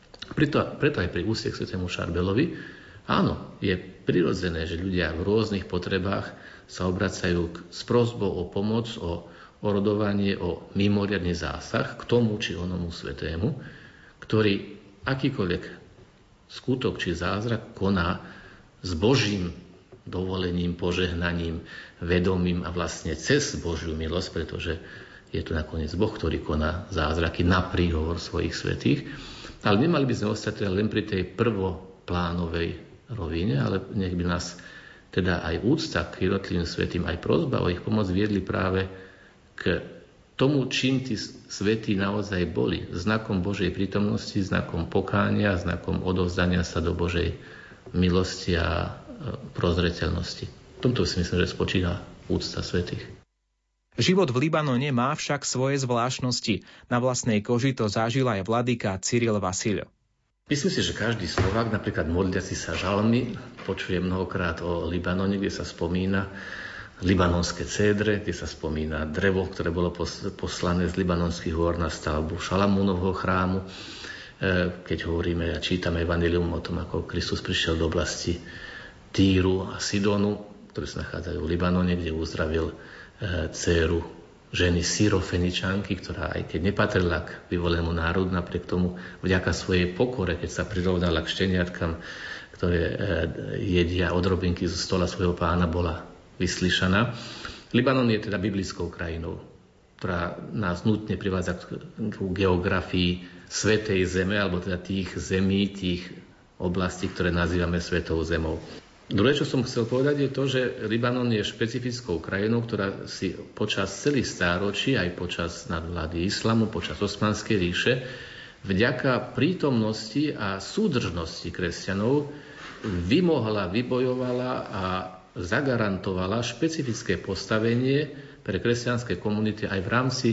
S2: Preto aj pri úcte k svätému Šarbelovi, áno, je prirodzené, že ľudia v rôznych potrebách sa obracajú s prosbou o pomoc, o orodovanie, o mimoriadny zásah k tomu či onomu svätému, ktorý akýkoľvek skutok či zázrak koná s Božím dovolením, požehnaním, vedomím a vlastne cez Božiu milosť, pretože je to nakoniec Boh, ktorý koná zázraky na príhovor svojich svätých. Ale nemali by sme ostať len pri tej prvoplánovej rovine, ale nech by nás teda aj úcta k jednotlivým svätým, aj prosba o ich pomoc viedli práve k tomu, čím tí svätí naozaj boli. Znakom Božej prítomnosti, znakom pokánia, znakom odovzdania sa do Božej milosti a prozreteľnosti. V tomto si myslím, že spočíva úcta svätých.
S1: Život v Libanone má však svoje zvláštnosti. Na vlastnej koži to zažil aj vladyka Cyril Vasil.
S2: Myslím si, že každý Slovák, napríklad modliaci sa žalmy, počuje mnohokrát o Libanone, kde sa spomína libanonské cédre, kde sa spomína drevo, ktoré bolo poslané z libanonských hôr na stavbu Šalamúnovho chrámu. Keď hovoríme a čítame evanjelium o tom, ako Kristus prišiel do oblasti Týru a Sidonu, ktoré sa nachádzajú v Libanone, kde uzdravil dcéru ženy Syrofeničanky, ktorá aj keď nepatrila k vyvolenému národu, napriek tomu vďaka svojej pokore, keď sa prirovnala k šteniatkam, ktoré jedia odrobinky zo stola svojho pána, bola vyslyšaná. Libanon je teda biblickou krajinou, ktorá nás nutne privádza k geografii svätej zeme, alebo teda tých zemí, tých oblastí, ktoré nazývame svätou zemou. Druhé, čo som chcel povedať, je to, že Libanon je špecifickou krajinou, ktorá si počas celých stáročí, aj počas nadvlády islamu, počas Osmanskej ríše, vďaka prítomnosti a súdržnosti kresťanov vymohla, vybojovala a zagarantovala špecifické postavenie pre kresťanské komunity aj v rámci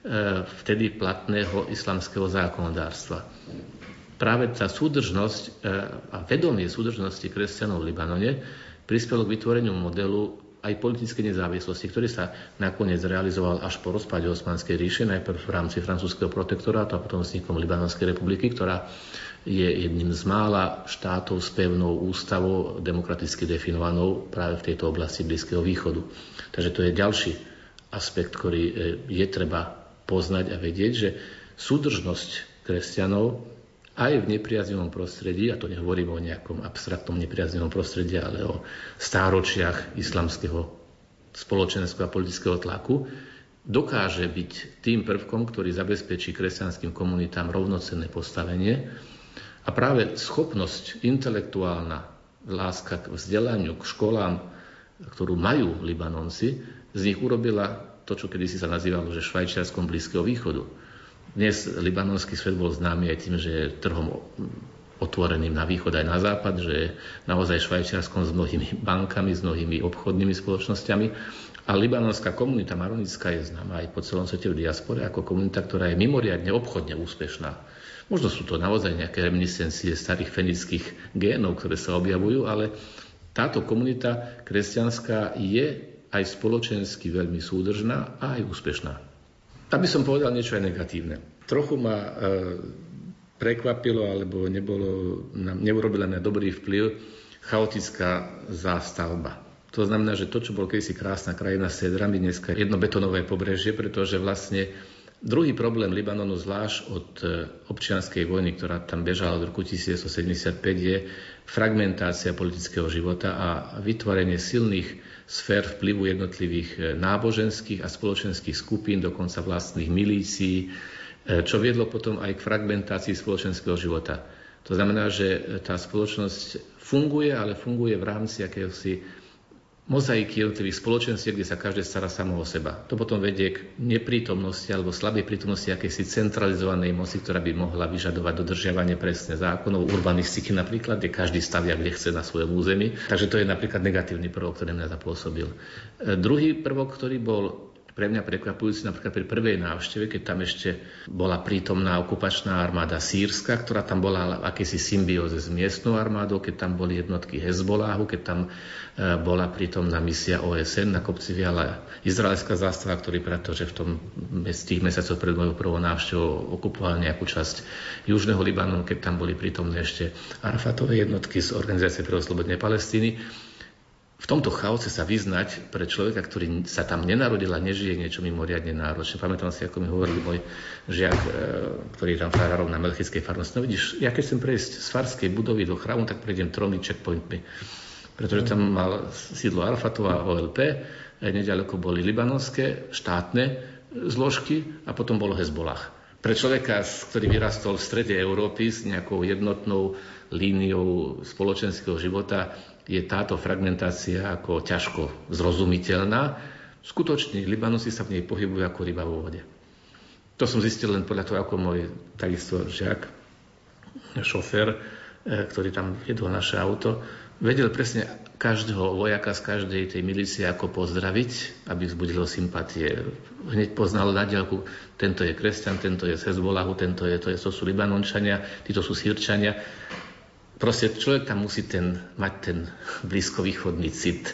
S2: vtedy platného islamského zákonodárstva. Práve tá súdržnosť a vedomie súdržnosti kresťanov v Libanone prispelo k vytvoreniu modelu aj politickej nezávislosti, ktorý sa nakoniec realizoval až po rozpade Osmanskej ríše, najprv v rámci francúzskeho protektorátu a potom vznikom Libanonskej republiky, ktorá je jedným z mála štátov s pevnou ústavou demokraticky definovanou práve v tejto oblasti Blízkeho východu. Takže to je ďalší aspekt, ktorý je treba poznať a vedieť, že súdržnosť kresťanov aj v nepriaznivom prostredí, a to nehovorím o nejakom abstraktnom nepriaznivom prostredí, ale o stáročiach islamského spoločenského a politického tlaku, dokáže byť tým prvkom, ktorý zabezpečí kresťanským komunitám rovnocenné postavenie. A práve schopnosť intelektuálna, láska k vzdelaniu, k školám, ktorú majú Libanonci, z nich urobila to, čo kedysi sa nazývalo, že Švajčiarskom Blízkeho východu. Dnes libanonský svet bol známy aj tým, že je trhom otvoreným na východ aj na západ, že je naozaj Švajčiarskom s mnohými bankami, s mnohými obchodnými spoločnosťami. A libanonská komunita maronická je známa aj po celom svete v diaspore ako komunita, ktorá je mimoriadne obchodne úspešná. Možno sú to naozaj nejaké reminiscencie starých fenických génov, ktoré sa objavujú, ale táto komunita kresťanská je aj spoločensky veľmi súdržná a aj úspešná. Aby som povedal niečo aj negatívne. Trochu ma prekvapilo, alebo neurobila na dobrý vplyv chaotická zástavba. To znamená, že to, čo bolo kedysi krásna krajina s cédrami, dneska je jedno betonové pobrežie, pretože vlastne druhý problém Libanonu, zvlášť od občianskej vojny, ktorá tam bežala od roku 1975, je fragmentácia politického života a vytvorenie silných sfér vplyvu jednotlivých náboženských a spoločenských skupín, dokonca vlastných milícií, čo viedlo potom aj k fragmentácii spoločenského života. To znamená, že tá spoločnosť funguje, ale funguje v rámci akéhosi mozaiky jednotlivých spoločenstiev, kde sa každé stará samo o seba. To potom vedie k neprítomnosti alebo slabej prítomnosti akejsi centralizovanej moci, ktorá by mohla vyžadovať dodržiavanie presne zákonov, urbanistiky napríklad, kde každý stavia, kde chce na svojom území. Takže to je napríklad negatívny prvok, ktorý mňa zapôsobil. Druhý prvok, ktorý bol pre mňa prekvapujúci napríklad pri prvej návšteve, keď tam ešte bola prítomná okupačná armáda sýrska, ktorá tam bola v akejsi symbióze s miestnou armádou, keď tam boli jednotky Hezbolláhu, keď tam bola prítomná misia OSN, na kopci viala izraelská zástava, ktorý pretože v tých mesiacoch pred mojou prvou návštevou okupoval nejakú časť južného Libanonu, keď tam boli prítomné ešte Arafatové jednotky z Organizácie pre oslobodenie Palestíny. V tomto chaose sa vyznať pre človeka, ktorý sa tam nenarodil a nežije, niečo mimoriadne náročné. Pamätám si, ako mi hovoril môj žiak, ktorý je tam farárom na Melchickej farnosti. No vidíš, ja keď chcem prejsť z farskej budovy do chrámu, tak prejdem 3 checkpointmi. Pretože tam mal sídlo Arafatova OLP, neďaleko boli libanonské, štátne zložky a potom bolo Hezbollah. Pre človeka, ktorý vyrastol v strede Európy s nejakou jednotnou líniou spoločenského života, je táto fragmentácia ako ťažko zrozumiteľná. Skutočne, Libanonci sa v nej pohybujú ako ryba vo vode. To som zistil len podľa toho, ako môj takisto žiak, šofér, ktorý tam viedol naše auto, vedel presne každého vojaka z každej tej milície ako pozdraviť, aby vzbudilo sympatie. Hneď poznal na diaľku, tento je kresťan, tento je z Hezbollahu, to sú Libanončania, títo sú Sýrčania. Proste človek tam musí mať ten blízkovýchodný cit.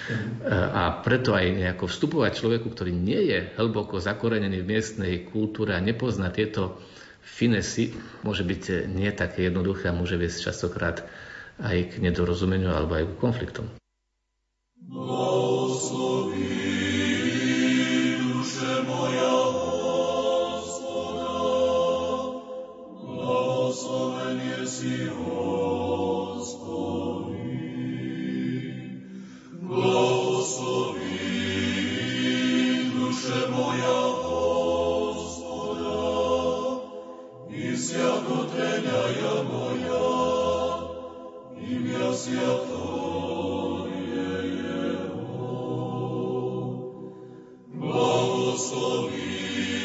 S2: A preto aj nejako vstupovať človeku, ktorý nie je hlboko zakorenený v miestnej kultúre a nepozná tieto finesy, môže byť nie také jednoduché a môže viesť častokrát aj k nedorozumeniu alebo aj k konfliktom.
S5: Blahosloví duše moja Hospoda, blahosloven je si Hospodin. Blahosloví duše moja Hospoda, i sviatotreňaja moja, imia sviato je Jeho. Blahosloví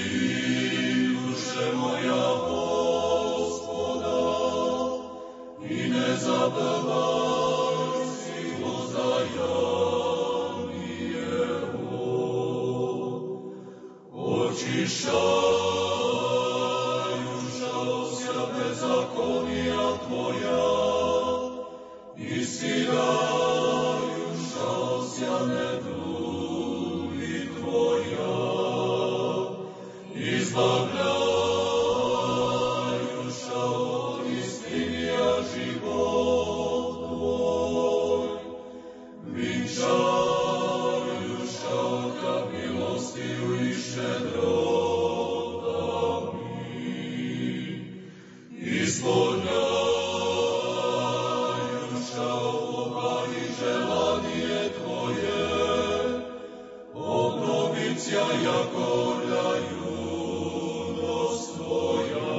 S5: duše moja Hospoda, i nezabývaj si ozajami Jeho. Očišťaj duša osia bezakonia Tvoja, i si dajú šťastia druhy Tvoja, i zbavľajú ša od istiny a život Tvoj. Vynčajú ša ťa milostiu i štedrotami, i splňajú jako ľudosť Tvoja.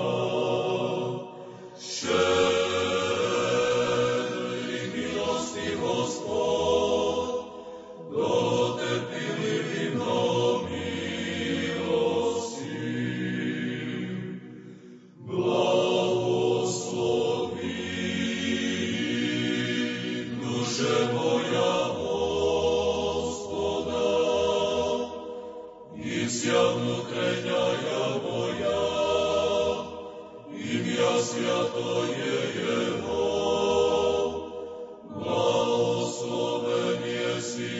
S5: Štedrý milostiv Hospod, dotrpělivým do milosti. Blahosloví duše moja vnútreňaja moja, imia sviato je Jeho. Blahosloven je si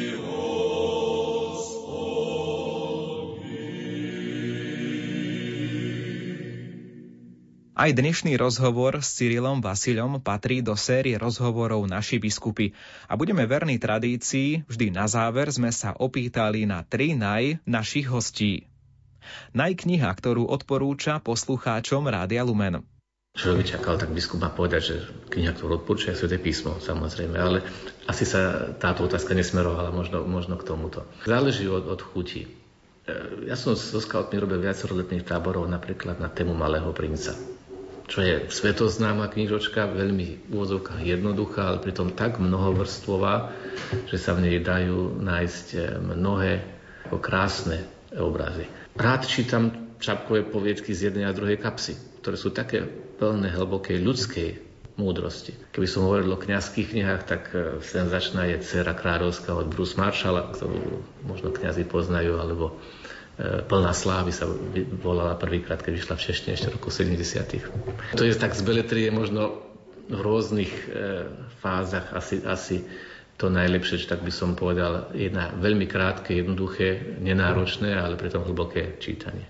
S5: Hospodin.
S1: Aj dnešný rozhovor s Cyrilom Vasilom patrí do série rozhovorov Naši biskupy a budeme verní tradícii, vždy na záver sme sa opýtali na 3 našich hostí. Kniha, ktorú odporúča poslucháčom Rádia Lumen.
S2: Čo by čakal, tak biskup má povedať, že kniha, ktorú odporúča, je Sväté písmo, samozrejme, ale asi sa táto otázka nesmerovala možno k tomuto. Záleží od chuti. Ja som so skautmi robil viacroletných táborov, napríklad na tému Malého princa, čo je svetoznáma knižočka, veľmi v úvodzovkách jednoduchá, ale pritom tak mnohovrstvová, že sa v nej dajú nájsť mnohé krásne obrazy. Rád čítam čapkové poviedky z jednej a druhej kapsy, ktoré sú také plné hlbokej ľudskej múdrosti. Keby som hovoril o kňazských knihách, tak senzačná je Dcera kráľovská od Bruce Marshalla, ktorú možno kňazi poznajú, alebo Plná slávy sa volala prvýkrát, keď vyšla v češtine ešte v roku 70. To je tak z beletrie možno v rôznych fázach asi to najlepšie, že tak by som povedal, je na veľmi krátke, jednoduché, nenáročné, ale pritom hlboké čítanie.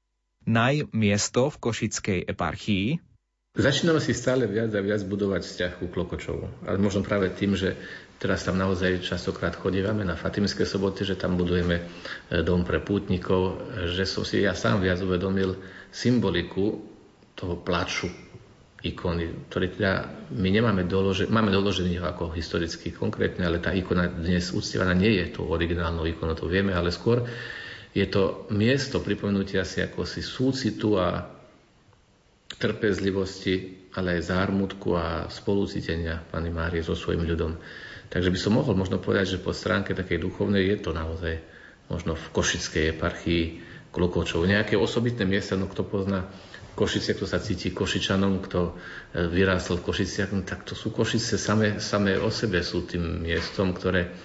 S1: Miesto v Košickej eparchii.
S2: Začíname si stále viac a viac budovať vzťah ku Klokočovu. Ale možno práve tým, že teraz tam naozaj častokrát chodívame na Fatimské soboty, že tam budujeme dom pre pútnikov, že som si ja sám viac uvedomil symboliku toho plaču ikony, ktorý teda my nemáme máme doložený ho ako historicky konkrétne, ale tá ikona dnes uctievaná nie je tou originálnou ikonou, to vieme, ale skôr je to miesto pripomenutia si ako si súcitu a trpezlivosti, ale aj zármutku a spolucítenia Panny Márie so svojím ľudom. Takže by som mohol možno povedať, že po stránke takej duchovnej je to naozaj možno v Košickej eparchii Klokočov. Nejaké osobitné miesta, no kto pozná Košice, kto sa cíti Košičanom, kto vyrástol v Košiciach, no tak to sú Košice samé o sebe, sú tým miestom, ktoré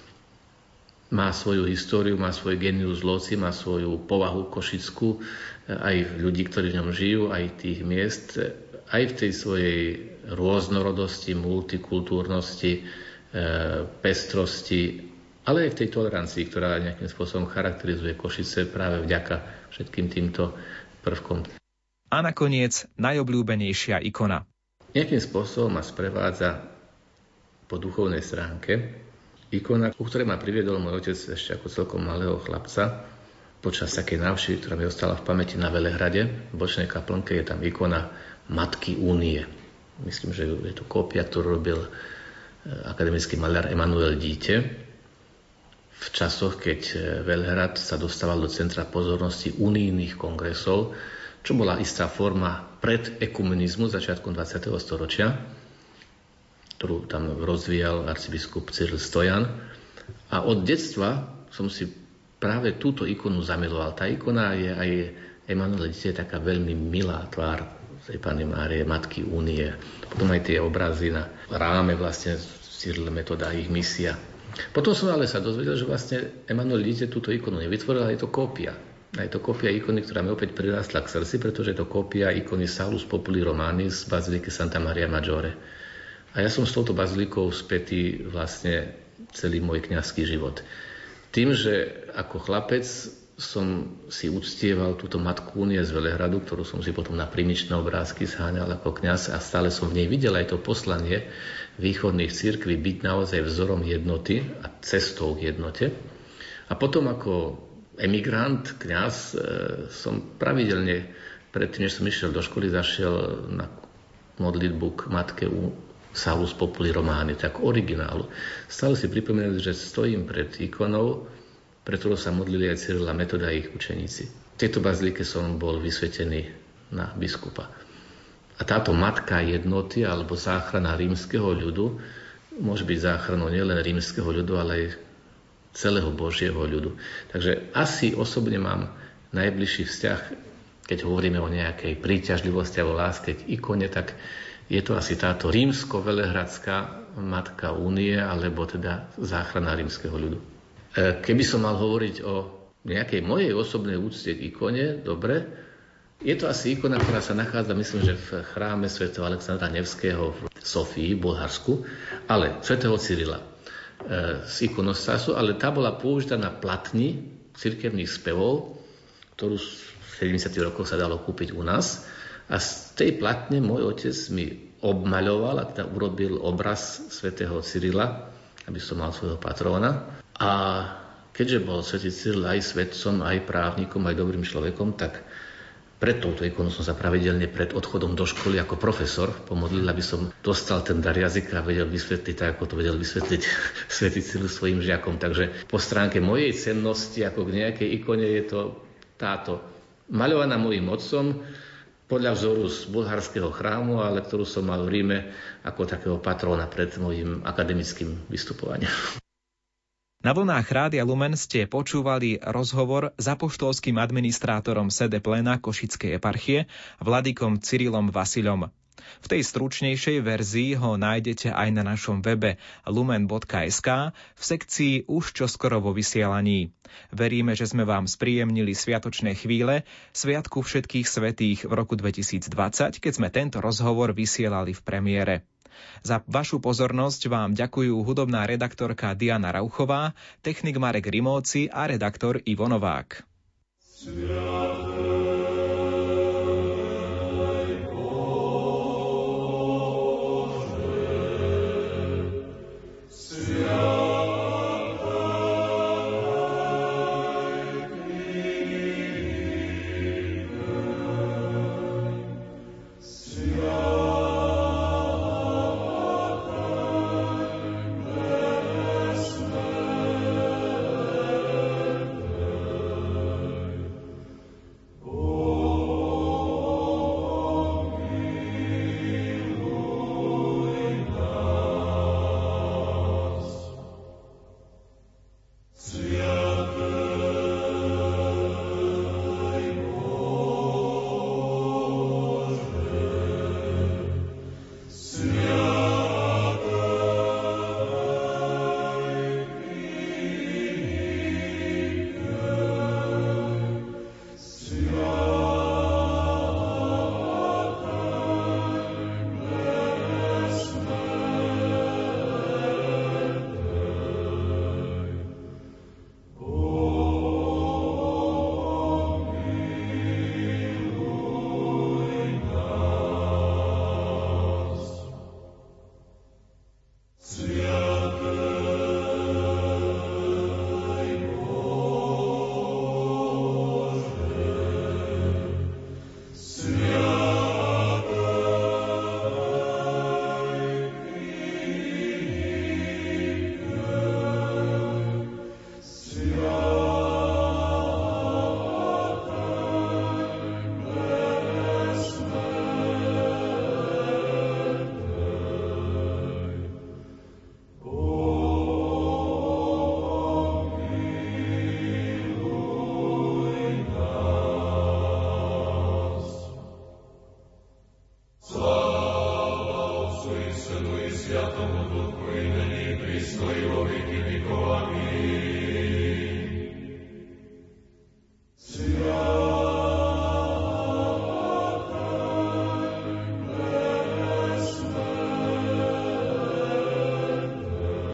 S2: má svoju históriu, má svoj genius loci, má svoju povahu košickú, aj ľudí, ktorí v ňom žijú, aj tých miest, aj v tej svojej rôznorodosti, multikultúrnosti, pestrosti, ale aj v tej tolerancii, ktorá nejakým spôsobom charakterizuje Košice práve vďaka všetkým týmto prvkom.
S1: A nakoniec najobľúbenejšia ikona.
S2: Nejakým spôsobom ma sprevádza po duchovnej stránke ikona, ku ktorej ma priviedol môj otec ešte ako celkom malého chlapca počas takej návštevy, ktorá mi ostala v pamäti na Velehrade. V bočnej kaplnke je tam ikona Matky Únie. Myslím, že je to kópia, ktorú robil akademický maliar Emanuel Díte v časoch, keď Velehrad sa dostával do centra pozornosti unijných kongresov, čo bola istá forma predecumenizmu začiatkom 20. storočia, ktorú tam rozvíjal arcibiskup Cyril Stojan. A od detstva som si práve túto ikonu zamiloval. Tá ikona je aj Emanuel Díte taká veľmi milá tvár tej Panny Márie, Matky Únie. Potom aj tie obrazy na ráme vlastne Cyril Metoda, ich misia. Potom som ale sa dozvedel, že vlastne Emanuel Díte túto ikonu nevytvoril, ale je to kópia. A je to kópia ikony, ktorá mi opäť prirastla k srdci, pretože je to kópia ikony Salus Populi Romani z baziliky Santa Maria Maggiore. A ja som s touto bazilikou spätý vlastne celý môj kňazský život. Tým, že ako chlapec som si uctieval túto Matku Únie z Velehradu, ktorú som si potom na primičné obrázky zháňal ako kňaz a stále som v nej videl aj to poslanie východných cirkví byť naozaj vzorom jednoty a cestou k jednote. A potom ako emigrant, kňaz, som pravidelne, predtým, než som išiel do školy, zašiel na modlitbu k Matke Salus Populi Romani, tak originálu. Stále si pripomínať, že stojím pred ikonou, pre ktorú sa modlili aj Cyril a Metoda a ich učeníci. V tejto bazilike som bol vysvetený na biskupa. A táto matka jednoty alebo záchrana rímskeho ľudu môže byť záchranou nielen rímskeho ľudu, ale aj celého Božieho ľudu. Takže asi osobne mám najbližší vzťah, keď hovoríme o nejakej príťažlivosti a o láske k ikone, tak je to asi táto rímsko-velehradská Matka Únie, alebo teda záchrana rímskeho ľudu. Keby som mal hovoriť o nejakej mojej osobnej úcte k ikone, dobre, je to asi ikona, ktorá sa nachádza, myslím, že v chráme svätého Alexandra Nevského v Sofii, v Bulharsku, ale svätého Cyrila z ikonostásu, ale tá bola použitá na platni cirkevných spevov, ktorú v 70. rokoch sa dalo kúpiť u nás. A z tej platne môj otec mi obmaľoval a teda urobil obraz svätého Cyrila, aby som mal svojho patróna. A keďže bol svätý Cyril aj svätcom, aj právnikom, aj dobrým človekom, tak pred touto ikonu som sa pravidelne pred odchodom do školy ako profesor pomodlil, aby som dostal ten dar jazyka a vedel vysvetliť tak, ako to vedel vysvetliť svätý Cyril svojim žiakom. Takže po stránke mojej cennosti ako k nejakej ikone je to táto maľovaná mojím otcom podľa vzoru z bulharského chrámu, ale ktorú som mal v Ríme ako takého patróna pred mojim akademickým vystupovaním.
S1: Na vlnách Rádia Lumen ste počúvali rozhovor s apoštolským administrátorom sede pléna Košickej eparchie, vladykom Cyrilom Vasilom. V tej stručnejšej verzii ho nájdete aj na našom webe lumen.sk v sekcii Už čoskoro vo vysielaní. Veríme, že sme vám spríjemnili sviatočné chvíle Sviatku všetkých svätých v roku 2020, keď sme tento rozhovor vysielali v premiére. Za vašu pozornosť vám ďakujú hudobná redaktorka Diana Rauchová, technik Marek Rimóci a redaktor Ivo Novák.
S5: Sviatomu Duchu i mení pristojilo veky vekov. Amen.